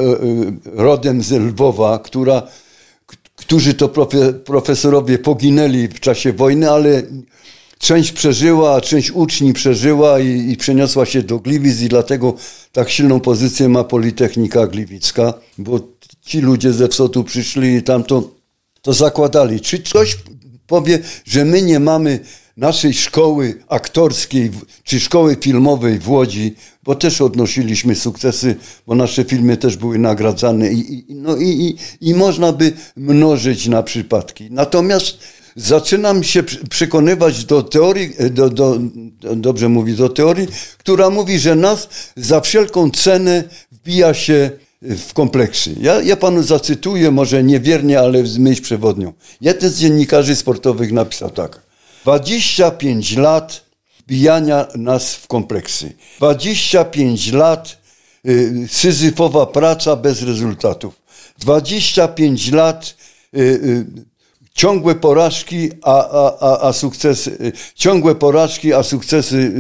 rodem z Lwowa, która, którzy to profe, profesorowie poginęli w czasie wojny, ale część przeżyła, a część uczni przeżyła i, i przeniosła się do Gliwic i dlatego tak silną pozycję ma Politechnika Gliwicka, bo ci ludzie ze wschodu przyszli i tam to, to zakładali. Czy ktoś powie, że my nie mamy naszej szkoły aktorskiej czy szkoły filmowej w Łodzi, bo też odnosiliśmy sukcesy, bo nasze filmy też były nagradzane i, i, no i, i, i można by mnożyć na przypadki. Natomiast zaczynam się przekonywać do teorii, do, do, do, dobrze mówi, do teorii, która mówi, że nas za wszelką cenę wbija się w kompleksy. Ja, ja panu zacytuję, może niewiernie, ale z myśl przewodnią. Jeden z dziennikarzy sportowych napisał tak. dwadzieścia pięć lat wbijania nas w kompleksy. dwadzieścia pięć lat y, syzyfowa praca bez rezultatów. dwadzieścia pięć lat y, y, ciągłe porażki, a, a, a, a sukcesy, y, ciągłe porażki, a sukcesy y,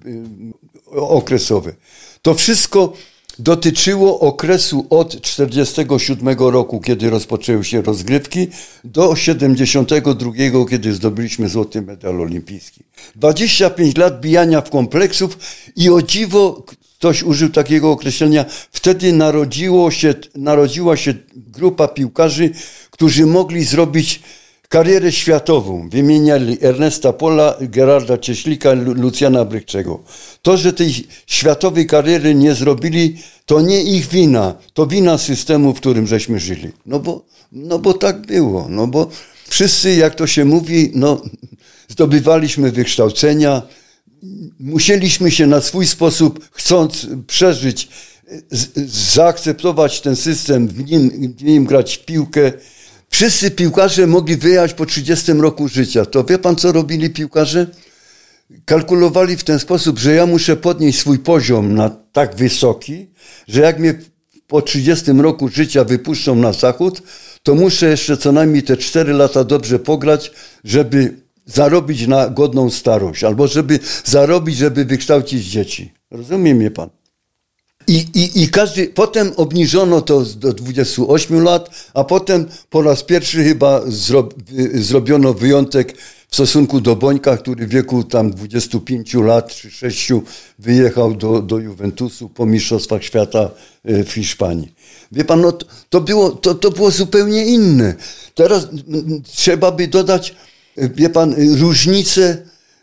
y, okresowe. To wszystko dotyczyło okresu od czterdziestego siódmego roku, kiedy rozpoczęły się rozgrywki, do siedemdziesiątego drugiego, kiedy zdobyliśmy złoty medal olimpijski. dwadzieścia pięć lat bijania w kompleksów i o dziwo, ktoś użył takiego określenia, wtedy narodziło się, narodziła się grupa piłkarzy, którzy mogli zrobić karierę światową. Wymieniali Ernesta Pola, Gerarda Cieślika, Lucjana Brykczego. To, że tej światowej kariery nie zrobili, to nie ich wina. To wina systemu, w którym żeśmy żyli. No bo, no bo tak było. No bo wszyscy, jak to się mówi, no, zdobywaliśmy wykształcenia, musieliśmy się na swój sposób, chcąc przeżyć, z, zaakceptować ten system, w nim, w nim grać w piłkę. Wszyscy piłkarze mogli wyjechać po trzydziestym roku życia. To wie pan, co robili piłkarze? Kalkulowali w ten sposób, że ja muszę podnieść swój poziom na tak wysoki, że jak mnie po trzydziestym roku życia wypuszczą na zachód, to muszę jeszcze co najmniej te cztery lata dobrze pograć, żeby zarobić na godną starość, albo żeby zarobić, żeby wykształcić dzieci. Rozumie mnie pan? I, i, I każdy, potem obniżono to do dwudziestu ośmiu lat, a potem po raz pierwszy chyba zro, zrobiono wyjątek w stosunku do Bońka, który w wieku tam dwudziestu pięciu lat czy sześciu wyjechał do, do Juventusu po mistrzostwach świata w Hiszpanii. Wie pan, no to, to, było, to, to było zupełnie inne. Teraz trzeba by dodać, wie pan, różnicę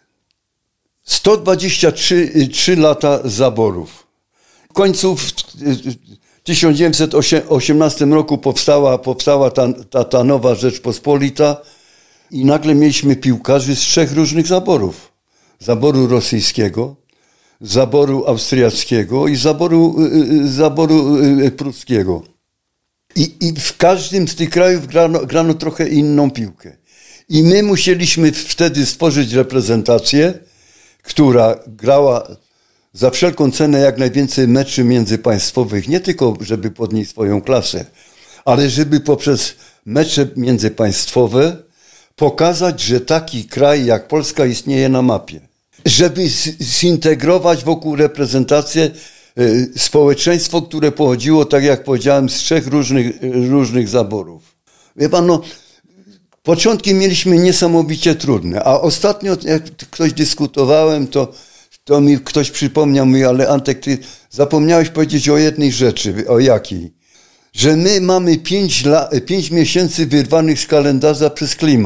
sto dwadzieścia trzy lata zaborów. W końcu w tysiąc dziewięćset osiemnastym roku powstała, powstała ta, ta, ta nowa Rzeczpospolita i nagle mieliśmy piłkarzy z trzech różnych zaborów. Zaboru rosyjskiego, zaboru austriackiego i zaboru, zaboru pruskiego. I, I w każdym z tych krajów grano, grano trochę inną piłkę. I my musieliśmy wtedy stworzyć reprezentację, która grała za wszelką cenę jak najwięcej meczy międzypaństwowych, nie tylko żeby podnieść swoją klasę, ale żeby poprzez mecze międzypaństwowe pokazać, że taki kraj jak Polska istnieje na mapie. Żeby zintegrować wokół reprezentację społeczeństwo, które pochodziło, tak jak powiedziałem, z trzech różnych, różnych zaborów. Wie pan, no, początki mieliśmy niesamowicie trudne, a ostatnio, jak ktoś dyskutowałem, to To mi ktoś przypomniał, mówi, ale Antek, ty zapomniałeś powiedzieć o jednej rzeczy, o jakiej? Że my mamy pięć, la, pięć miesięcy wyrwanych z kalendarza przez klimat.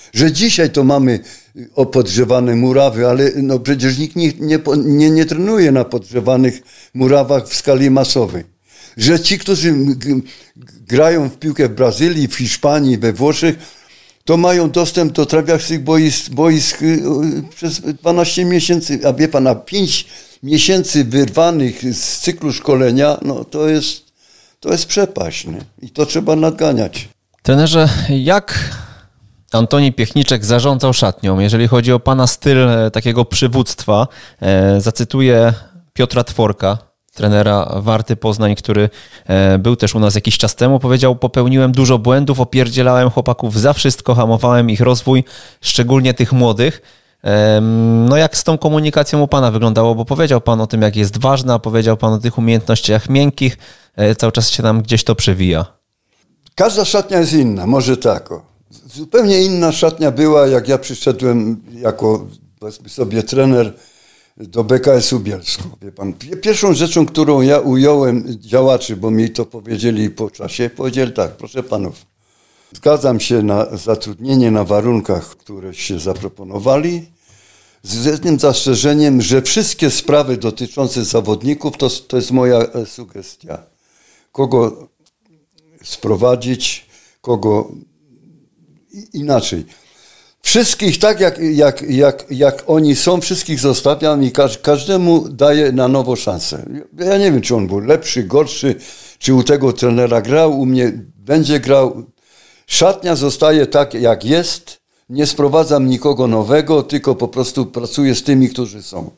Że dzisiaj to mamy podgrzewane murawy, ale no przecież nikt nie, nie, nie, nie trenuje na podgrzewanych murawach w skali masowej. Że ci, którzy grają w piłkę w Brazylii, w Hiszpanii, we Włoszech, to mają dostęp do trawiastych boisk, boisk przez dwanaście miesięcy, a wie pan, na pięć miesięcy wyrwanych z cyklu szkolenia, no to jest, to jest przepaść, nie? I to trzeba nadganiać. Trenerze, jak Antoni Piechniczek zarządzał szatnią, jeżeli chodzi o pana styl takiego przywództwa? Zacytuję Piotra Tworka, trenera Warty Poznań, który był też u nas jakiś czas temu, powiedział: popełniłem dużo błędów, opierdzielałem chłopaków za wszystko, hamowałem ich rozwój, szczególnie tych młodych. No jak z tą komunikacją u pana wyglądało? Bo powiedział pan o tym, jak jest ważna, powiedział pan o tych umiejętnościach miękkich, cały czas się nam gdzieś to przewija. Każda szatnia jest inna, może tak. O. Zupełnie inna szatnia była, jak ja przyszedłem jako, powiedzmy sobie, trener do B K S-u Bielsko. Wie pan, pierwszą rzeczą, którą ja ująłem działaczy, bo mi to powiedzieli po czasie, powiedzieli tak: proszę panów, zgadzam się na zatrudnienie na warunkach, które się zaproponowali, z jednym zastrzeżeniem, że wszystkie sprawy dotyczące zawodników to, to jest moja sugestia. Kogo sprowadzić, kogo inaczej. Wszystkich tak, jak, jak, jak, jak oni są, wszystkich zostawiam i każ, każdemu daję na nowo szansę. Ja nie wiem, czy on był lepszy, gorszy, czy u tego trenera grał, u mnie będzie grał. Szatnia zostaje tak, jak jest. Nie sprowadzam nikogo nowego, tylko po prostu pracuję z tymi, którzy są.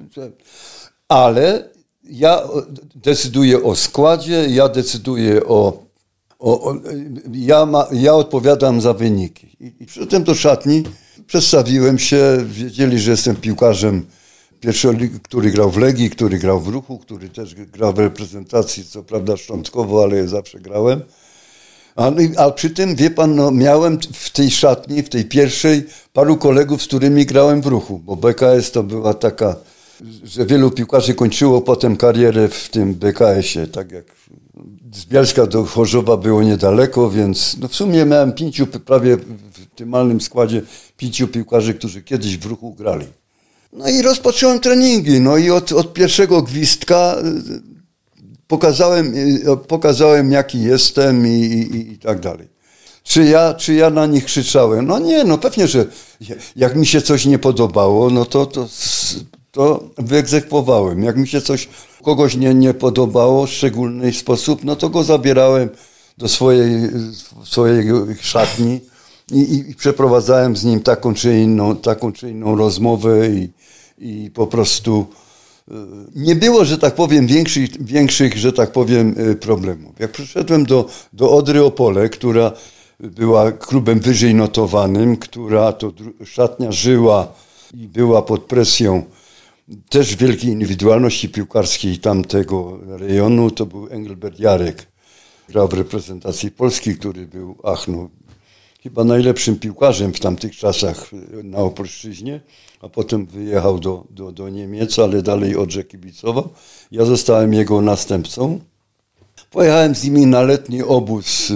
Ale ja decyduję o składzie, ja decyduję o O, o, ja, ma, ja odpowiadam za wyniki. I, i przyszedłem do szatni, przedstawiłem się, wiedzieli, że jestem piłkarzem pierwszoligi, który grał w Legii, który grał w Ruchu, który też grał w reprezentacji, co prawda szczątkowo, ale zawsze grałem. A, a przy tym, wie pan, no, miałem w tej szatni, w tej pierwszej, paru kolegów, z którymi grałem w Ruchu, bo B K S to była taka, że wielu piłkarzy kończyło potem karierę w tym B K S-ie, tak jak z Bielska do Chorzowa było niedaleko, więc no w sumie miałem pięciu, prawie w optymalnym składzie pięciu piłkarzy, którzy kiedyś w Ruchu grali. No i rozpocząłem treningi, no i od, od pierwszego gwizdka pokazałem, pokazałem jaki jestem i, i, i tak dalej. Czy ja, czy ja na nich krzyczałem? No nie, no pewnie, że jak mi się coś nie podobało, no to, to, to wyegzekwowałem. Jak mi się coś kogoś nie, nie podobało w szczególny sposób, no to go zabierałem do swojej, swojej szatni i, i przeprowadzałem z nim taką czy inną, taką czy inną rozmowę i, i po prostu nie było, że tak powiem, większych, większych, że tak powiem, problemów. Jak przyszedłem do, do Odry Opole, która była klubem wyżej notowanym, która to szatnia żyła i była pod presją też wielkiej indywidualności piłkarskiej tamtego rejonu, to był Engelbert Jarek. Grał w reprezentacji Polski, który był, ach no, chyba najlepszym piłkarzem w tamtych czasach na Opolszczyźnie, a potem wyjechał do, do, do Niemiec, ale dalej Odrze kibicował. Ja zostałem jego następcą. Pojechałem z nimi na letni obóz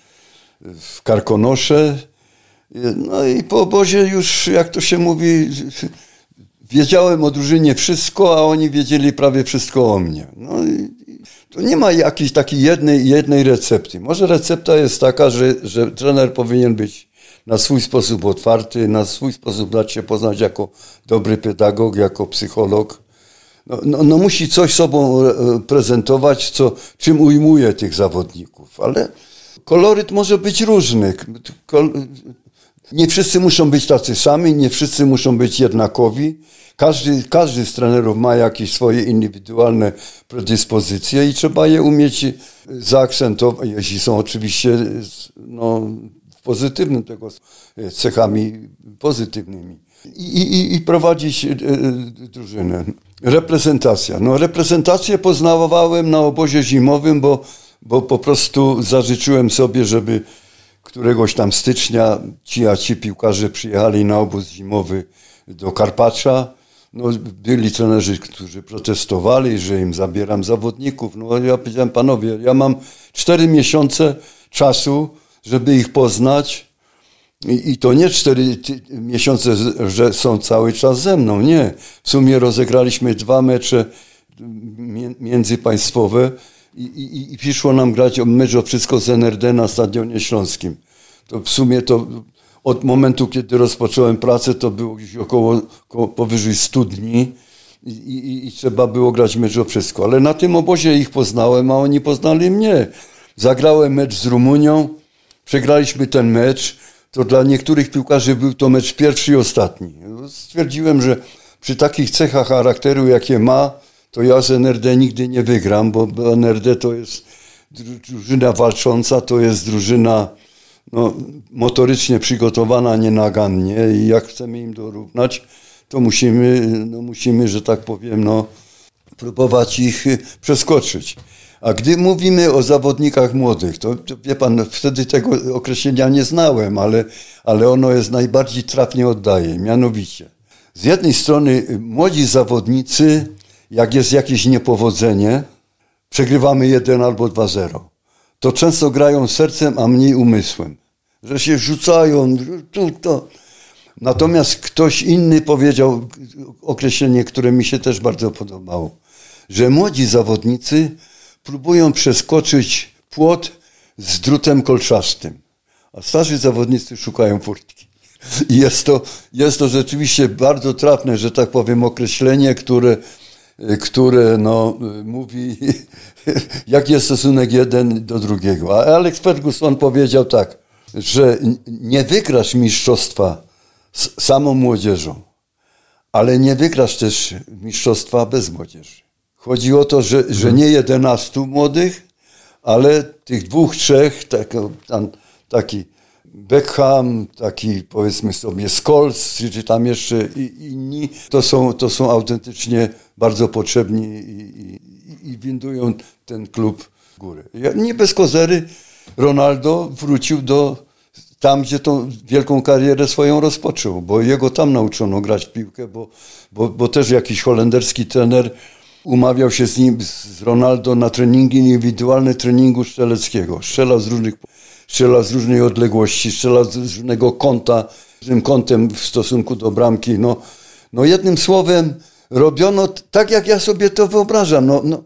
w Karkonosze. No i po obozie już, jak to się mówi, wiedziałem o drużynie wszystko, a oni wiedzieli prawie wszystko o mnie. No i to nie ma jakiejś takiej jednej, jednej recepty. Może recepta jest taka, że, że trener powinien być na swój sposób otwarty, na swój sposób dać się poznać jako dobry pedagog, jako psycholog. No, no, no musi coś sobą prezentować, co, czym ujmuje tych zawodników, ale koloryt może być różny. Nie wszyscy muszą być tacy sami, nie wszyscy muszą być jednakowi. Każdy, każdy z trenerów ma jakieś swoje indywidualne predyspozycje i trzeba je umieć zaakcentować, jeśli są oczywiście no, pozytywnym tego cechami pozytywnymi. I, i, i prowadzić y, y, drużynę. Reprezentacja. No reprezentację poznawałem na obozie zimowym, bo, bo po prostu zażyczyłem sobie, żeby któregoś tam stycznia ci, a ci piłkarze przyjechali na obóz zimowy do Karpacza. No, byli trenerzy, którzy protestowali, że im zabieram zawodników. No ja powiedziałem, panowie, ja mam cztery miesiące czasu, żeby ich poznać I, i to nie cztery ty, miesiące, że są cały czas ze mną, nie. W sumie rozegraliśmy dwa mecze międzypaństwowe i, i, i przyszło nam grać o mecz o wszystko z N R D na Stadionie Śląskim. To w sumie to od momentu, kiedy rozpocząłem pracę, to było gdzieś około, około powyżej stu dni i, i, i trzeba było grać mecz o wszystko. Ale na tym obozie ich poznałem, a oni poznali mnie. Zagrałem mecz z Rumunią, przegraliśmy ten mecz. To dla niektórych piłkarzy był to mecz pierwszy i ostatni. Stwierdziłem, że przy takich cechach charakteru, jakie ma, to ja z N R D nigdy nie wygram, bo N R D to jest drużyna walcząca, to jest drużyna no, motorycznie przygotowana nienagannie i jak chcemy im dorównać, to musimy, no, musimy, że tak powiem, no, próbować ich przeskoczyć. A gdy mówimy o zawodnikach młodych, to, to wie pan, wtedy tego określenia nie znałem, ale, ale ono jest najbardziej trafnie oddaje. Mianowicie, z jednej strony młodzi zawodnicy, jak jest jakieś niepowodzenie, przegrywamy jeden albo dwa zero. To często grają sercem, a mniej umysłem. Że się rzucają, tu, to. Natomiast ktoś inny powiedział określenie, które mi się też bardzo podobało, że młodzi zawodnicy próbują przeskoczyć płot z drutem kolczastym, a starzy zawodnicy szukają furtki. I jest to, jest to rzeczywiście bardzo trafne, że tak powiem, określenie, które, które no, mówi, jaki jest stosunek jeden do drugiego. A Alex Ferguson powiedział tak, że nie wygrasz mistrzostwa z samą młodzieżą, ale nie wygrasz też mistrzostwa bez młodzieży. Chodzi o to, że, że nie jedenastu młodych, ale tych dwóch, trzech, tak, tam, taki Beckham, taki powiedzmy sobie Scholes, czy tam jeszcze inni, to są, to są autentycznie bardzo potrzebni i, i, i windują ten klub w górę. Nie bez kozery Ronaldo wrócił do tam, gdzie tą wielką karierę swoją rozpoczął, bo jego tam nauczono grać w piłkę, bo, bo, bo też jakiś holenderski trener umawiał się z nim, z Ronaldo na treningi indywidualne treningu strzeleckiego. Strzelał z różnych, strzelał z różnej odległości, strzelał z różnego kąta, różnym kątem w stosunku do bramki. No, no jednym słowem robiono tak, jak ja sobie to wyobrażam. No, no.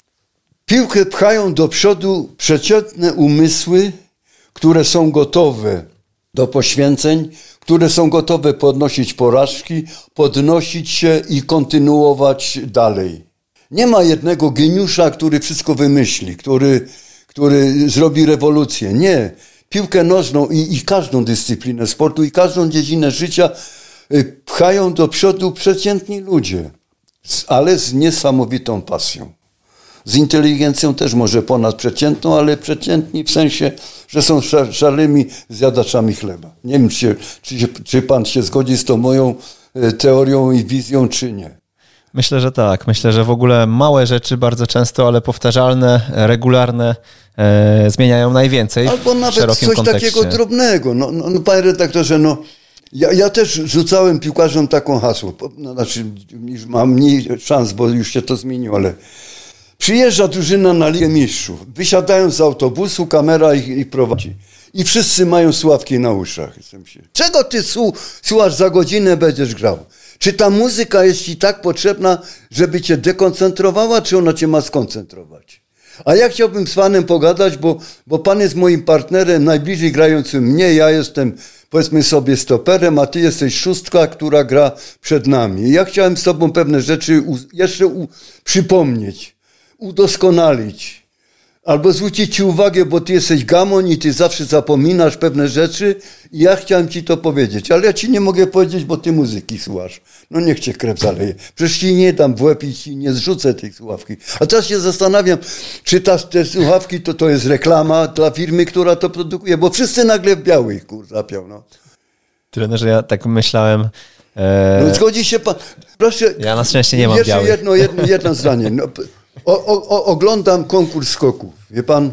Piłkę pchają do przodu przeciętne umysły, które są gotowe do poświęceń, które są gotowe podnosić porażki, podnosić się i kontynuować dalej. Nie ma jednego geniusza, który wszystko wymyśli, który, który zrobi rewolucję. Nie. Piłkę nożną i, i każdą dyscyplinę sportu i każdą dziedzinę życia pchają do przodu przeciętni ludzie, ale z niesamowitą pasją. Z inteligencją też może ponadprzeciętną, ale przeciętni w sensie, że są szalonymi zjadaczami chleba. Nie wiem, czy, czy, czy pan się zgodzi z tą moją teorią i wizją, czy nie. Myślę, że tak. Myślę, że w ogóle małe rzeczy bardzo często, ale powtarzalne, regularne e, zmieniają najwięcej. Albo w nawet szerokim coś kontekście. takiego drobnego. No, no, no panie redaktorze, no ja, ja też rzucałem piłkarzom taką hasło. No, znaczy, już mam mniej szans, bo już się to zmieniło, ale przyjeżdża drużyna na Ligę Mistrzów. Wysiadają z autobusu, kamera ich, ich prowadzi. I wszyscy mają słuchawki na uszach. Czego ty słuchasz, za godzinę będziesz grał? Czy ta muzyka jest ci tak potrzebna, żeby cię dekoncentrowała, czy ona cię ma skoncentrować? A ja chciałbym z panem pogadać, bo, bo pan jest moim partnerem, najbliżej grającym mnie. Ja jestem, powiedzmy sobie, stoperem, a ty jesteś szóstka, która gra przed nami. I ja chciałem z tobą pewne rzeczy u, jeszcze u, przypomnieć, udoskonalić. Albo zwrócić ci uwagę, bo ty jesteś gamoń i ty zawsze zapominasz pewne rzeczy i ja chciałem ci to powiedzieć, ale ja ci nie mogę powiedzieć, bo ty muzyki słuchasz. No niech cię krew zaleje. Przecież ci nie dam w łeb i ci nie zrzucę tej słuchawki. A teraz się zastanawiam, czy ta, te słuchawki to, to jest reklama dla firmy, która to produkuje, bo wszyscy nagle w białych, kurwa, pią, no. Trenerze, ja tak myślałem... E... No zgodzi się pan... Proszę, ja na szczęście nie mam jeszcze białych. jedno, jedno, jedno zdanie. No, O, o, oglądam konkurs skoków. Wie pan,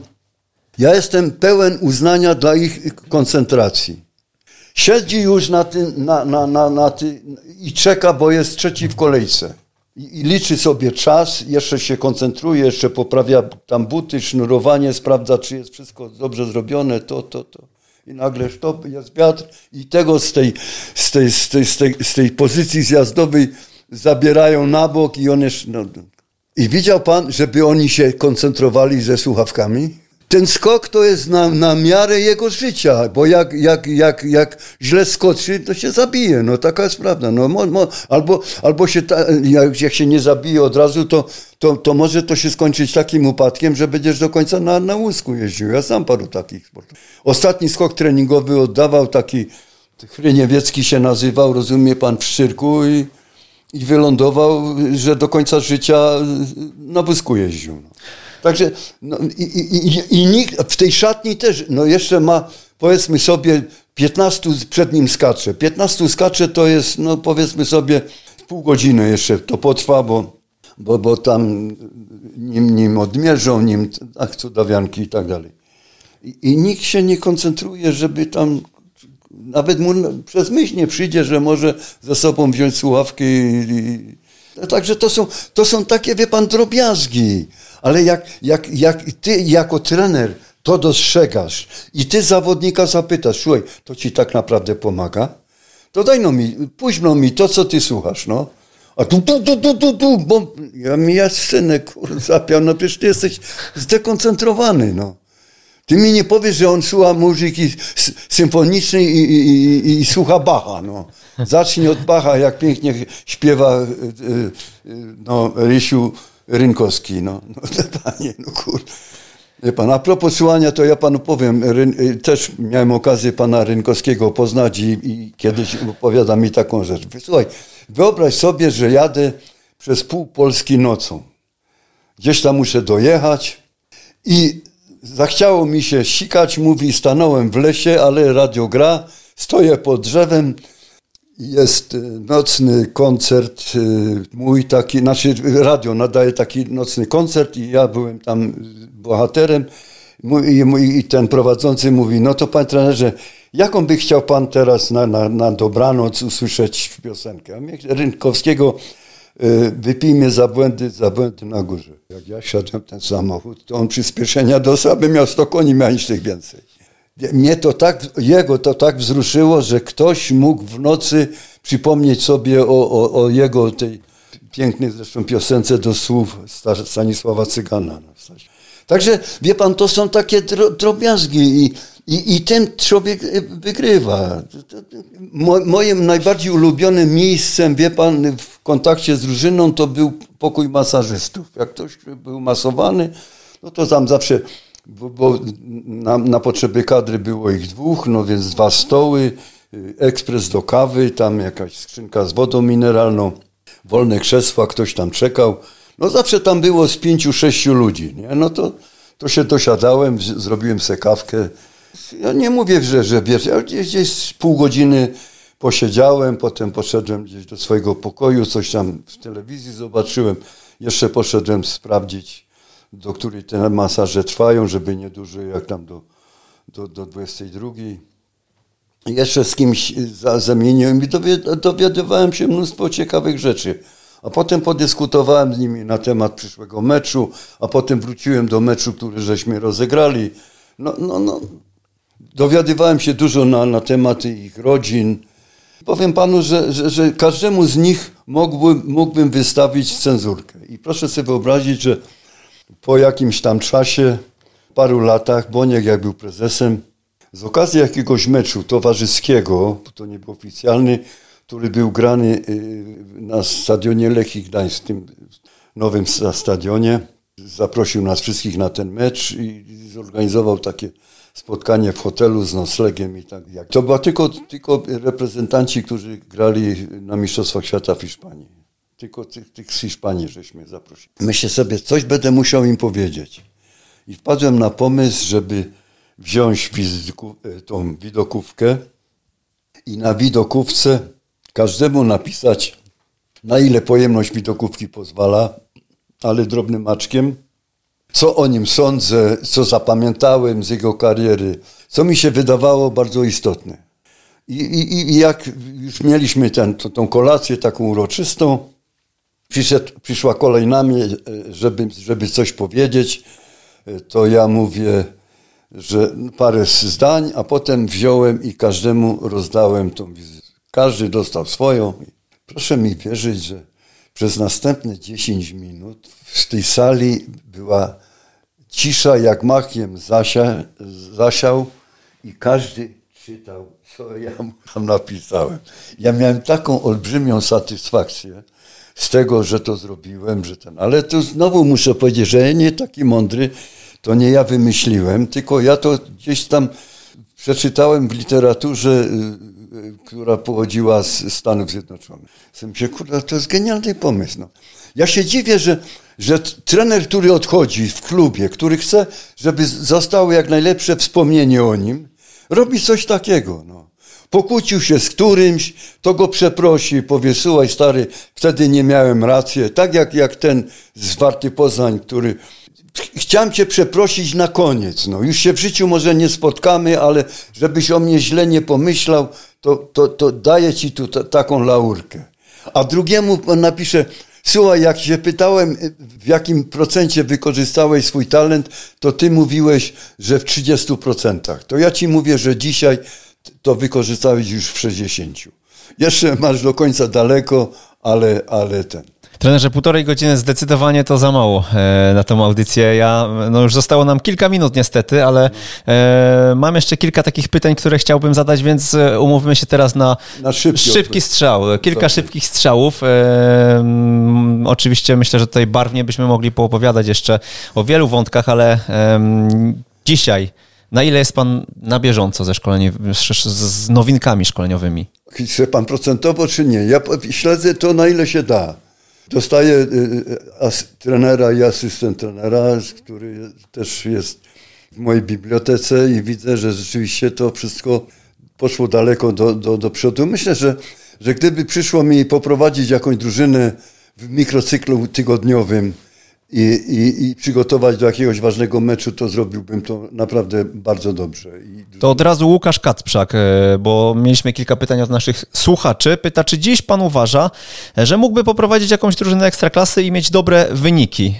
ja jestem pełen uznania dla ich koncentracji. Siedzi już na tym, na, na, na, na ty, i czeka, bo jest trzeci w kolejce. I, I liczy sobie czas, jeszcze się koncentruje, jeszcze poprawia tam buty, sznurowanie, sprawdza, czy jest wszystko dobrze zrobione, to, to, to. i nagle sztop, jest wiatr i tego z tej, z tej, z tej, z tej, z tej pozycji zjazdowej zabierają na bok i one... No, i widział pan, żeby oni się koncentrowali ze słuchawkami? Ten skok to jest na, na miarę jego życia, bo jak, jak, jak, jak źle skoczy, to się zabije, no taka jest prawda. No, mo, mo, albo albo się ta, jak, jak się nie zabije od razu, to, to, to może to się skończyć takim upadkiem, że będziesz do końca na, na wózku jeździł. Ja sam paru takich sportów. Ostatni skok treningowy oddawał taki, Chryniewiecki się nazywał, rozumie pan, w Szczyrku i, i wylądował, że do końca życia na wózku jeździł. No. Także no, i, i, i nikt w tej szatni też, no jeszcze ma, powiedzmy sobie, piętnastu przed nim skacze. piętnastu skacze to jest, no powiedzmy sobie, pół godziny jeszcze to potrwa, bo, bo, bo tam nim, nim odmierzą, nim ach, cudawianki i tak dalej. I, I nikt się nie koncentruje, żeby tam, nawet mu przez myśl nie przyjdzie, że może ze sobą wziąć słuchawki. I, i, także to są, to są takie, wie pan, drobiazgi. Ale jak, jak, jak ty jako trener to dostrzegasz i ty zawodnika zapytasz, słuchaj, to ci tak naprawdę pomaga? To daj no mi, puść no mi to, co ty słuchasz, no. A tu, tu, tu, tu, tu, tu, bo ja mi ja synek, kurde, zapiał, no przecież ty jesteś zdekoncentrowany, no. Ty mi nie powiesz, że on słucha muzyki symfonicznej i, i, i, i słucha Bacha, no. Zacznij od Bacha, jak pięknie śpiewa no, Rysiu Rynkowski, no. No panie, no kurde. Wie pan, a propos słuchania, to ja panu powiem, Ryn, też miałem okazję pana Rynkowskiego poznać i, i kiedyś opowiada mi taką rzecz. Słuchaj, wyobraź sobie, że jadę przez pół Polski nocą. Gdzieś tam muszę dojechać i zachciało mi się sikać, mówi, stanąłem w lesie, ale radio gra, stoję pod drzewem, jest nocny koncert mój taki, znaczy radio nadaje taki nocny koncert i ja byłem tam bohaterem i, i ten prowadzący mówi, no to panie trenerze, jaką by chciał pan teraz na, na, na dobranoc usłyszeć piosenkę? A mnie Rynkowskiego, wypij mnie za błędy, za błędy na górze. Jak ja siadłem w ten samochód, to on przyspieszenia do sobie miał sto koni, miał niż tych więcej. Mnie to tak, jego to tak wzruszyło, że ktoś mógł w nocy przypomnieć sobie o, o, o jego tej pięknej zresztą piosence do słów Stanisława Cygana. Także wie pan, to są takie drobiazgi i, i, i tym człowiek wygrywa. Mo, moim najbardziej ulubionym miejscem, wie pan, w kontakcie z drużyną to był pokój masażystów. Jak ktoś był masowany, no to tam zawsze... Bo, bo na, na potrzeby kadry było ich dwóch, no więc dwa stoły, ekspres do kawy, tam jakaś skrzynka z wodą mineralną, wolne krzesła, ktoś tam czekał. No zawsze tam było z pięciu, sześciu ludzi, nie? No to, to się dosiadałem, zrobiłem sobie kawkę. Ja nie mówię, że, że wiesz, ja gdzieś, gdzieś pół godziny posiedziałem, potem poszedłem gdzieś do swojego pokoju, coś tam w telewizji zobaczyłem, jeszcze poszedłem sprawdzić, do której te masaże trwają, żeby nie dłużej jak tam do, do, do dwudziestej drugiej. Jeszcze z kimś zamieniłem i dowiadywałem się mnóstwo ciekawych rzeczy. A potem podyskutowałem z nimi na temat przyszłego meczu, a potem wróciłem do meczu, który żeśmy rozegrali. No, no, no. Dowiadywałem się dużo na, na tematy ich rodzin. Powiem panu, że, że, że każdemu z nich mógłbym, mógłbym wystawić cenzurkę. I proszę sobie wyobrazić, że po jakimś tam czasie, paru latach, Boniek jak był prezesem, z okazji jakiegoś meczu towarzyskiego, to nie był oficjalny, który był grany na stadionie Lechii Gdańsk, w tym nowym stadionie, zaprosił nas wszystkich na ten mecz i zorganizował takie spotkanie w hotelu z noclegiem i tak. To była tylko, tylko reprezentanci, którzy grali na Mistrzostwach Świata w Hiszpanii. Tylko tych, tych z Hiszpanii żeśmy zaprosili. Myślę sobie, coś będę musiał im powiedzieć. I wpadłem na pomysł, żeby wziąć wizytku, tą widokówkę i na widokówce każdemu napisać, na ile pojemność widokówki pozwala, ale drobnym maczkiem, co o nim sądzę, co zapamiętałem z jego kariery, co mi się wydawało bardzo istotne. I, i, i jak już mieliśmy ten, to, tą kolację taką uroczystą, Przyszedł, przyszła kolej na mnie, żeby, żeby coś powiedzieć, to ja mówię, że parę zdań, a potem wziąłem i każdemu rozdałem tą wizytę. Każdy dostał swoją. Proszę mi wierzyć, że przez następne dziesięć minut w tej sali była cisza, jak makiem zasia, zasiał i każdy czytał, co ja mu tam napisałem. Ja miałem taką olbrzymią satysfakcję z tego, że to zrobiłem, że ten. Ale tu znowu muszę powiedzieć, że ja nie taki mądry, to nie ja wymyśliłem, tylko ja to gdzieś tam przeczytałem w literaturze, która pochodziła z Stanów Zjednoczonych. Myślę, kurde, to jest genialny pomysł. No. Ja się dziwię, że, że trener, który odchodzi w klubie, który chce, żeby zostało jak najlepsze wspomnienie o nim, robi coś takiego. No. Pokłócił się z którymś, to go przeprosi, powie, słuchaj stary, wtedy nie miałem racji. Tak jak, jak ten z Warty Poznań, który... Chciałem cię przeprosić na koniec. No. Już się w życiu może nie spotkamy, ale żebyś o mnie źle nie pomyślał, to, to, to daję ci tu t- taką laurkę. A drugiemu napiszę, słuchaj, jak się pytałem, w jakim procencie wykorzystałeś swój talent, to ty mówiłeś, że w trzydziestu procentach. To ja ci mówię, że dzisiaj to wykorzystałeś już w sześćdziesięciu. Jeszcze masz do końca daleko, ale, ale ten... Trenerze, półtorej godziny zdecydowanie to za mało e, na tą audycję. Ja, no już zostało nam kilka minut niestety, ale e, mam jeszcze kilka takich pytań, które chciałbym zadać, więc umówmy się teraz na, na szybki, szybki strzał. Kilka Dobry. szybkich strzałów. E, m, oczywiście myślę, że tutaj barwnie byśmy mogli poopowiadać jeszcze o wielu wątkach, ale e, dzisiaj na ile jest pan na bieżąco ze szkoleniem, z, z nowinkami szkoleniowymi? Chce pan procentowo czy nie? Ja śledzę to na ile się da. Dostaję y, as, trenera i asystent trenera, który też jest w mojej bibliotece i widzę, że rzeczywiście to wszystko poszło daleko do, do, do przodu. Myślę, że, że gdyby przyszło mi poprowadzić jakąś drużynę w mikrocyklu tygodniowym i, i, i przygotować do jakiegoś ważnego meczu, to zrobiłbym to naprawdę bardzo dobrze. I... To od razu Łukasz Kacprzak, bo mieliśmy kilka pytań od naszych słuchaczy. Pyta, czy dziś pan uważa, że mógłby poprowadzić jakąś drużynę ekstraklasy i mieć dobre wyniki?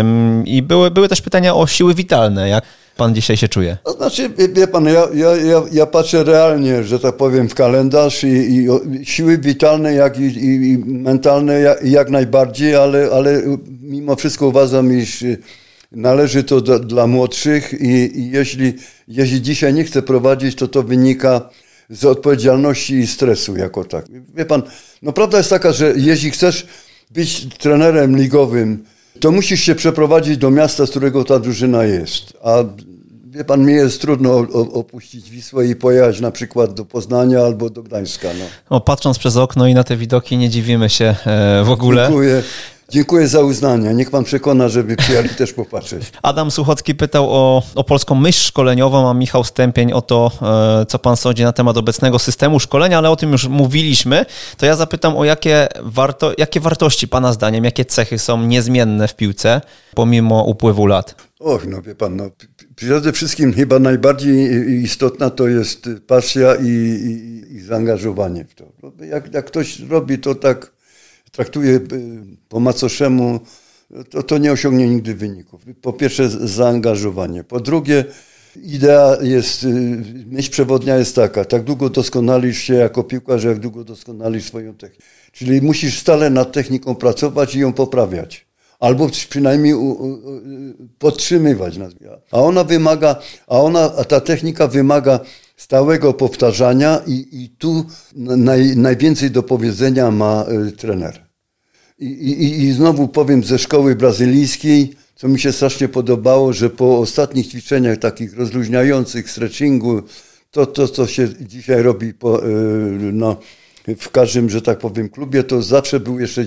I były, były też pytania o siły witalne. Jak pan dzisiaj się czuje? To znaczy, wie pan, ja, ja, ja, ja patrzę realnie, że tak powiem, w kalendarz i, i siły witalne, jak i, i, i mentalne jak, jak najbardziej, ale, ale mimo wszystko uważam, iż należy to do, dla młodszych i, i jeśli, jeśli dzisiaj nie chcę prowadzić, to to wynika z odpowiedzialności i stresu jako tak. Wie pan, no prawda jest taka, że jeśli chcesz być trenerem ligowym, to musisz się przeprowadzić do miasta, z którego ta drużyna jest. A wie pan, mi jest trudno opuścić Wisłę i pojechać na przykład do Poznania albo do Gdańska. No. O, patrząc przez okno i na te widoki nie dziwimy się e, w ogóle. Dziękuję. Dziękuję za uznanie. Niech pan przekona, żeby przyjechali też popatrzeć. Adam Suchocki pytał o, o polską myśl szkoleniową, a Michał Stępień o to, e, co pan sądzi na temat obecnego systemu szkolenia, ale o tym już mówiliśmy. To ja zapytam o jakie, warto, jakie wartości pana zdaniem, jakie cechy są niezmienne w piłce pomimo upływu lat? Och, no wie pan, no, przede wszystkim chyba najbardziej istotna to jest pasja i, i, i zaangażowanie w to. Jak, jak ktoś robi to tak, traktuje po macoszemu, to, to nie osiągnie nigdy wyników. Po pierwsze zaangażowanie. Po drugie idea jest, myśl przewodnia jest taka, tak długo doskonalisz się jako piłkarz, jak długo doskonalisz swoją technikę. Czyli musisz stale nad techniką pracować i ją poprawiać. Albo przynajmniej u, u, podtrzymywać. A ona wymaga, a ona, a ta technika wymaga stałego powtarzania i, i tu naj, najwięcej do powiedzenia ma y, trener. I, i, I znowu powiem ze szkoły brazylijskiej, co mi się strasznie podobało, że po ostatnich ćwiczeniach takich rozluźniających, stretchingu, to, to co się dzisiaj robi po, y, no, w każdym, że tak powiem, klubie, to zawsze był jeszcze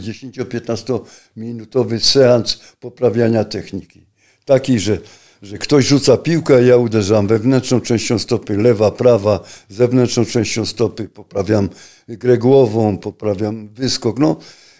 dziesięcio-piętnastominutowy seans poprawiania techniki. Taki, że że ktoś rzuca piłkę, ja uderzam wewnętrzną częścią stopy, lewa, prawa, zewnętrzną częścią stopy, poprawiam grę głową, poprawiam wyskok. No,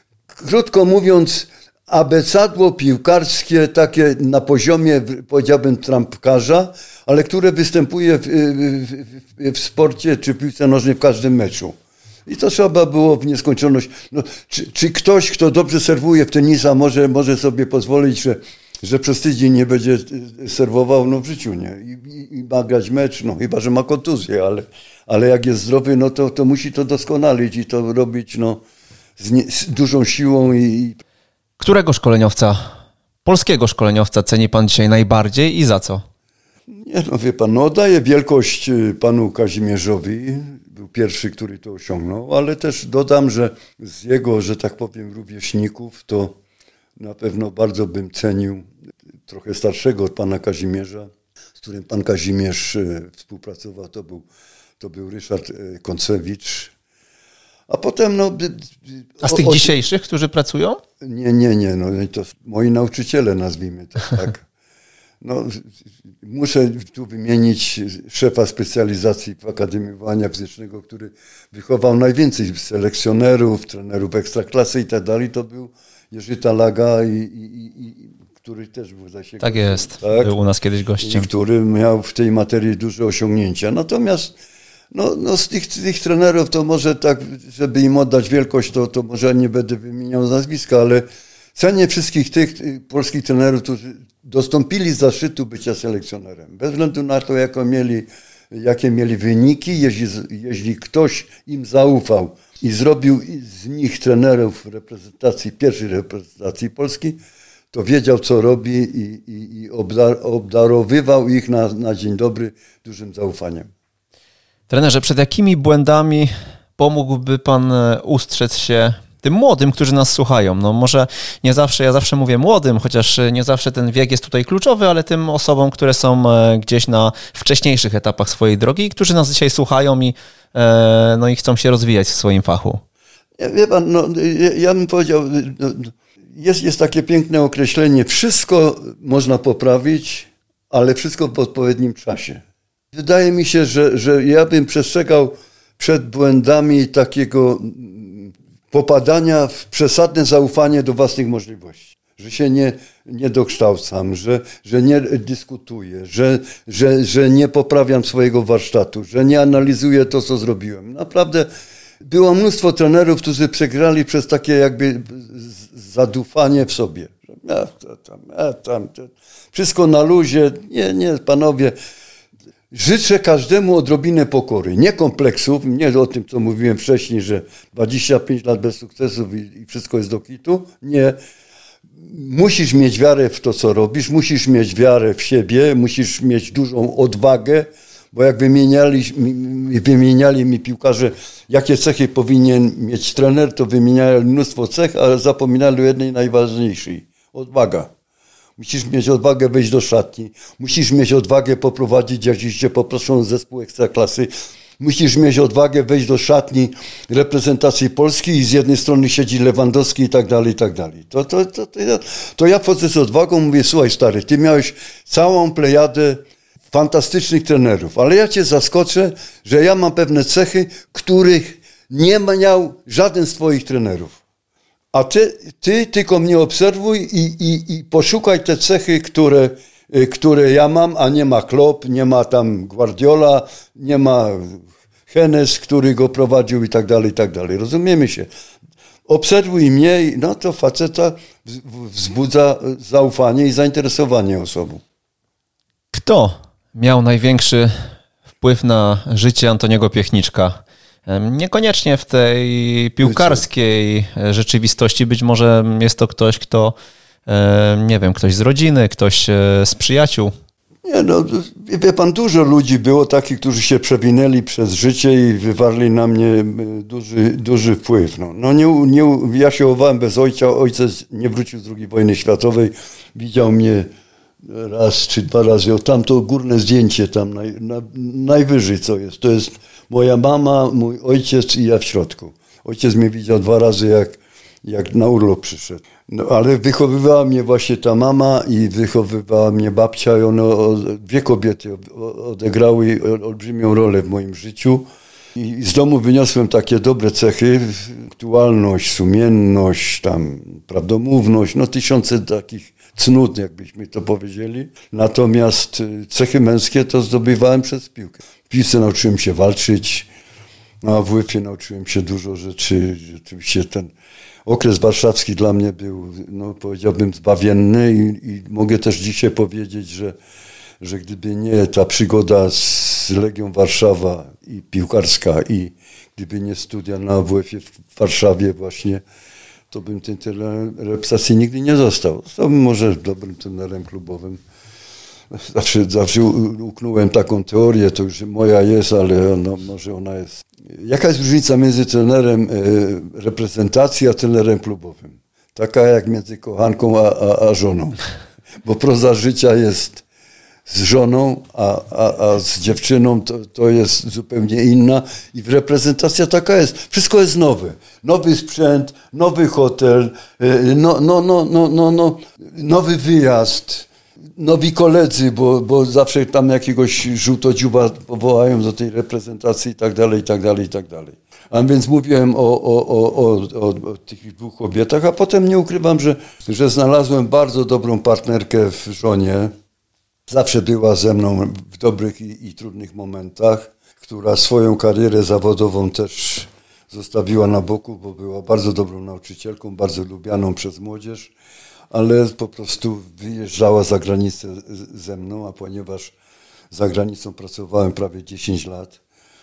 krótko mówiąc, abecadło piłkarskie takie na poziomie, powiedziałbym, trampkarza, ale które występuje w, w, w, w sporcie czy w piłce nożnej w każdym meczu. I to trzeba było w nieskończoność. No, czy, czy ktoś, kto dobrze serwuje w tenisa, może, może sobie pozwolić, że że przez tydzień nie będzie serwował, no w życiu nie. I, i, i ma grać mecz, no chyba, że ma kontuzję, ale, ale jak jest zdrowy, no to, to musi to doskonalić i to robić no, z, nie, z dużą siłą. I... Którego szkoleniowca, polskiego szkoleniowca ceni pan dzisiaj najbardziej i za co? Nie, no wie pan, no oddaję wielkość panu Kazimierzowi, był pierwszy, który to osiągnął, ale też dodam, że z jego, że tak powiem, rówieśników, to na pewno bardzo bym cenił trochę starszego od pana Kazimierza, z którym pan Kazimierz współpracował, to był, to był Ryszard Koncewicz. A potem, no... A z tych o, dzisiejszych, którzy pracują? Nie, nie, nie, no to moi nauczyciele, nazwijmy to tak. No, muszę tu wymienić szefa specjalizacji w Akademii Wychowania Fizycznego, który wychował najwięcej selekcjonerów, trenerów ekstraklasy i tak dalej. To był Jerzy Talaga, i, i, i, który też był za siebie. Tak jest, tak? Był u nas kiedyś gościem. I który miał w tej materii duże osiągnięcia. Natomiast no, no z tych, tych trenerów to może tak, żeby im oddać wielkość, to, to może nie będę wymieniał nazwiska, ale cenię wszystkich tych polskich trenerów, którzy dostąpili zaszczytu bycia selekcjonerem. Bez względu na to, jaką mieli, jakie mieli wyniki, jeśli, jeśli ktoś im zaufał i zrobił z nich trenerów reprezentacji, pierwszej reprezentacji Polski, to wiedział, co robi i, i, i obdar, obdarowywał ich na, na dzień dobry dużym zaufaniem. Trenerze, przed jakimi błędami pomógłby pan ustrzec się tym młodym, którzy nas słuchają? No może nie zawsze, ja zawsze mówię młodym, chociaż nie zawsze ten wiek jest tutaj kluczowy, ale tym osobom, które są gdzieś na wcześniejszych etapach swojej drogi i którzy nas dzisiaj słuchają i, no, i chcą się rozwijać w swoim fachu. Wie pan, no, ja, ja bym powiedział, no, jest, jest takie piękne określenie, wszystko można poprawić, ale wszystko w odpowiednim czasie. Wydaje mi się, że, że ja bym przestrzegał przed błędami takiego popadania w przesadne zaufanie do własnych możliwości. Że się nie, nie dokształcam, że, że nie dyskutuję, że, że, że nie poprawiam swojego warsztatu, że nie analizuję to, co zrobiłem. Naprawdę było mnóstwo trenerów, którzy przegrali przez takie jakby zadufanie w sobie. Ja, to, tam, ja, tam, to. Wszystko na luzie. Nie, nie, panowie. Życzę każdemu odrobinę pokory, nie kompleksów, nie o tym, co mówiłem wcześniej, że dwadzieścia pięć lat bez sukcesów i, i wszystko jest do kitu. Nie. Musisz mieć wiarę w to, co robisz, musisz mieć wiarę w siebie, musisz mieć dużą odwagę, bo jak wymieniali, wymieniali mi piłkarze, jakie cechy powinien mieć trener, to wymieniali mnóstwo cech, ale zapominali o jednej najważniejszej. Odwaga. Musisz mieć odwagę wejść do szatni, musisz mieć odwagę poprowadzić, jak cię poproszą zespół ekstraklasy, musisz mieć odwagę wejść do szatni reprezentacji Polski i z jednej strony siedzi Lewandowski i tak dalej, i tak dalej. To, to, to, to, ja, to ja wchodzę z odwagą, mówię, słuchaj stary, ty miałeś całą plejadę fantastycznych trenerów, ale ja cię zaskoczę, że ja mam pewne cechy, których nie miał żaden z twoich trenerów. A ty, ty tylko mnie obserwuj i, i, i poszukaj te cechy, które, które ja mam, a nie ma Klopp, nie ma tam Guardiola, nie ma Hennes, który go prowadził i tak dalej, i tak dalej. Rozumiemy się. Obserwuj mnie i no to faceta wzbudza zaufanie i zainteresowanie osobą. Kto miał największy wpływ na życie Antoniego Piechniczka? Niekoniecznie w tej piłkarskiej rzeczywistości. Być może jest to ktoś, kto, nie wiem, ktoś z rodziny, ktoś z przyjaciół. Nie, no, wie pan, dużo ludzi było takich, którzy się przewinęli przez życie i wywarli na mnie duży, duży wpływ. No, no nie, nie, ja się chowałem bez ojca, ojciec nie wrócił z drugiej wojny światowej, widział mnie raz czy dwa razy, o tamto górne zdjęcie tam naj, na, najwyżej co jest, to jest moja mama, mój ojciec i ja w środku. Ojciec mnie widział dwa razy, jak, jak na urlop przyszedł. No, ale wychowywała mnie właśnie ta mama i wychowywała mnie babcia i one, dwie kobiety odegrały olbrzymią rolę w moim życiu. I z domu wyniosłem takie dobre cechy, aktualność, sumienność, tam prawdomówność, no tysiące takich cnót, jakbyśmy to powiedzieli. Natomiast cechy męskie to zdobywałem przez piłkę. W piłce nauczyłem się walczyć, a w łyfie nauczyłem się dużo rzeczy. Oczywiście ten okres warszawski dla mnie był, no powiedziałbym, zbawienny i, i mogę też dzisiaj powiedzieć, że, że gdyby nie ta przygoda z Legią Warszawa i piłkarska i gdyby nie studia na A W F-ie w Warszawie właśnie, to bym ten trenerem reprezentacji nigdy nie został. Zostałbym może dobrym trenerem klubowym. Zawsze, zawsze uknąłem taką teorię, to już moja jest, ale no, może ona jest. Jaka jest różnica między trenerem e, reprezentacji a trenerem klubowym? Taka jak między kochanką a, a, a żoną. Bo proza życia jest z żoną, a, a, a z dziewczyną to, to jest zupełnie inna. I reprezentacja taka jest. Wszystko jest nowe. Nowy sprzęt, nowy hotel, no, no, no, no, no, no, nowy wyjazd. Nowi koledzy, bo, bo zawsze tam jakiegoś żółtodziuba powołają do tej reprezentacji i tak dalej, i tak dalej, i tak dalej. A więc mówiłem o, o, o, o, o, o tych dwóch kobietach, a potem nie ukrywam, że, że znalazłem bardzo dobrą partnerkę w żonie. Zawsze była ze mną w dobrych i, i trudnych momentach, która swoją karierę zawodową też zostawiła na boku, bo była bardzo dobrą nauczycielką, bardzo lubianą przez młodzież. Ale po prostu wyjeżdżała za granicę ze mną, a ponieważ za granicą pracowałem prawie dziesięć lat,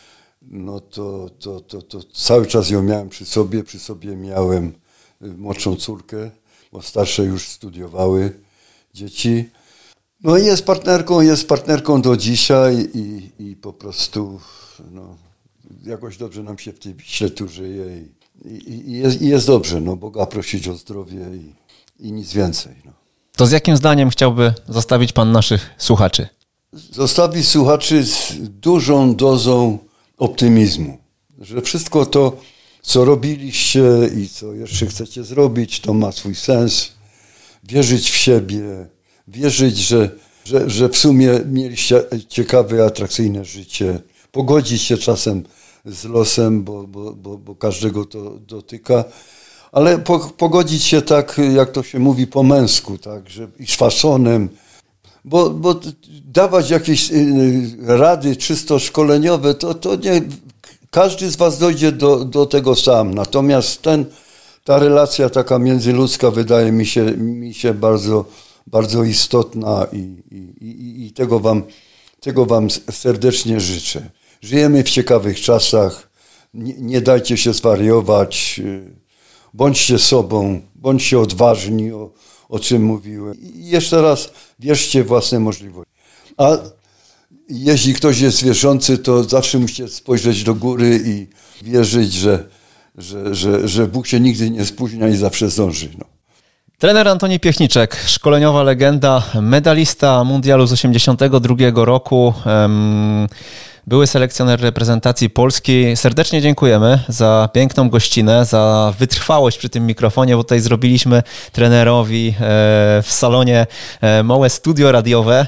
no to, to, to, to cały czas ją miałem przy sobie. Przy sobie miałem młodszą córkę, bo starsze już studiowały dzieci. No i jest partnerką, jest partnerką do dzisiaj i, i po prostu no, jakoś dobrze nam się w tej Wiśle tu żyje i, i, i, jest, i jest dobrze, no Boga prosić o zdrowie i I nic więcej. No. To z jakim zdaniem chciałby zostawić pan naszych słuchaczy? Zostawić słuchaczy z dużą dozą optymizmu. Że wszystko to, co robiliście i co jeszcze chcecie zrobić, to ma swój sens. Wierzyć w siebie, wierzyć, że, że, że w sumie mieliście ciekawe, atrakcyjne życie. Pogodzić się czasem z losem, bo, bo, bo, bo każdego to dotyka. Ale po, pogodzić się tak, jak to się mówi, po męsku, tak, że, i z fasonem, bo, bo dawać jakieś rady czysto szkoleniowe, to, to nie, każdy z was dojdzie do, do tego sam. Natomiast ten, ta relacja taka międzyludzka wydaje mi się, mi się bardzo, bardzo istotna i, i, i tego wam, tego wam serdecznie życzę. Żyjemy w ciekawych czasach, nie, nie dajcie się zwariować. Bądźcie sobą, bądźcie odważni, o, o czym mówiłem. I jeszcze raz, wierzcie w własne możliwości. A jeśli ktoś jest wierzący, to zawsze musicie spojrzeć do góry i wierzyć, że, że, że, że Bóg się nigdy nie spóźnia i zawsze zdąży. No. Trener Antoni Piechniczek, szkoleniowa legenda, medalista mundialu z osiemdziesiątego drugiego roku, um, były selekcjoner reprezentacji Polski. Serdecznie dziękujemy za piękną gościnę, za wytrwałość przy tym mikrofonie, bo tutaj zrobiliśmy trenerowi w salonie małe studio radiowe.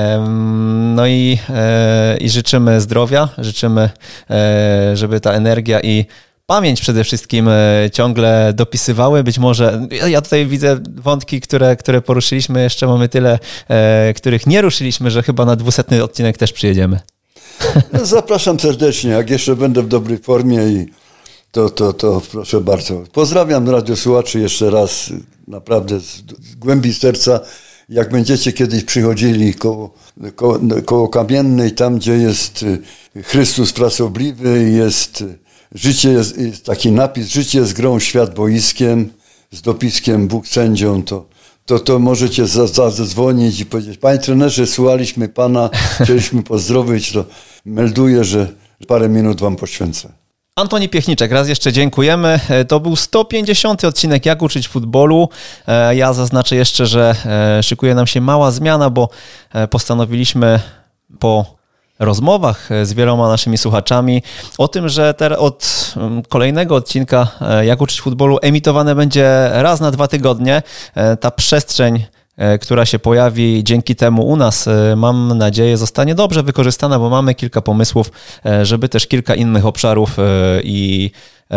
No i, i życzymy zdrowia, życzymy, żeby ta energia i pamięć przede wszystkim ciągle dopisywały. Być może, ja tutaj widzę wątki, które, które poruszyliśmy, jeszcze mamy tyle, których nie ruszyliśmy, że chyba na dwusetny odcinek też przyjedziemy. Zapraszam serdecznie, jak jeszcze będę w dobrej formie i to, to, to proszę bardzo. Pozdrawiam radiosłuchaczy jeszcze raz, naprawdę z, z głębi serca. Jak będziecie kiedyś przychodzili koło, koło, koło Kamiennej, tam gdzie jest Chrystus Pracobliwy, jest życie, jest, jest taki napis, życie jest grą, świat boiskiem, z dopiskiem Bóg sędzią, to To, to możecie zadzwonić i powiedzieć: panie trenerze, słuchaliśmy pana, chcieliśmy pozdrowić, to melduję, że parę minut wam poświęcę. Antoni Piechniczek, raz jeszcze dziękujemy. To był sto pięćdziesiąty odcinek Jak uczyć futbolu. Ja zaznaczę jeszcze, że szykuje nam się mała zmiana, bo postanowiliśmy po rozmowach z wieloma naszymi słuchaczami o tym, że od kolejnego odcinka Jak uczyć futbolu emitowane będzie raz na dwa tygodnie. Ta przestrzeń, która się pojawi dzięki temu u nas, mam nadzieję, zostanie dobrze wykorzystana, bo mamy kilka pomysłów, żeby też kilka innych obszarów i,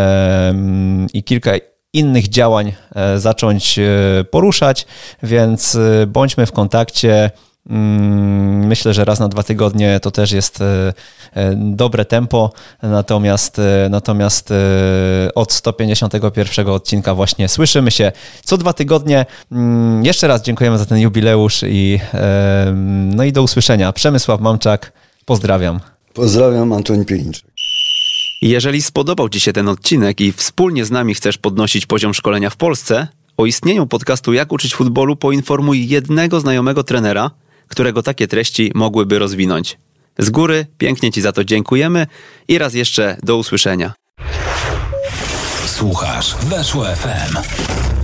i kilka innych działań zacząć poruszać, więc bądźmy w kontakcie. Myślę, że raz na dwa tygodnie to też jest dobre tempo, natomiast, natomiast od sto pięćdziesiątego pierwszego odcinka właśnie słyszymy się co dwa tygodnie. Jeszcze raz dziękujemy za ten jubileusz i, no i do usłyszenia. Przemysław Mamczak, pozdrawiam. Pozdrawiam, Antoni Pielniczak. Jeżeli spodobał Ci się ten odcinek i wspólnie z nami chcesz podnosić poziom szkolenia w Polsce, o istnieniu podcastu Jak uczyć futbolu poinformuj jednego znajomego trenera, którego takie treści mogłyby rozwinąć. Z góry pięknie Ci za to dziękujemy i raz jeszcze do usłyszenia. Słuchasz Weszło F M.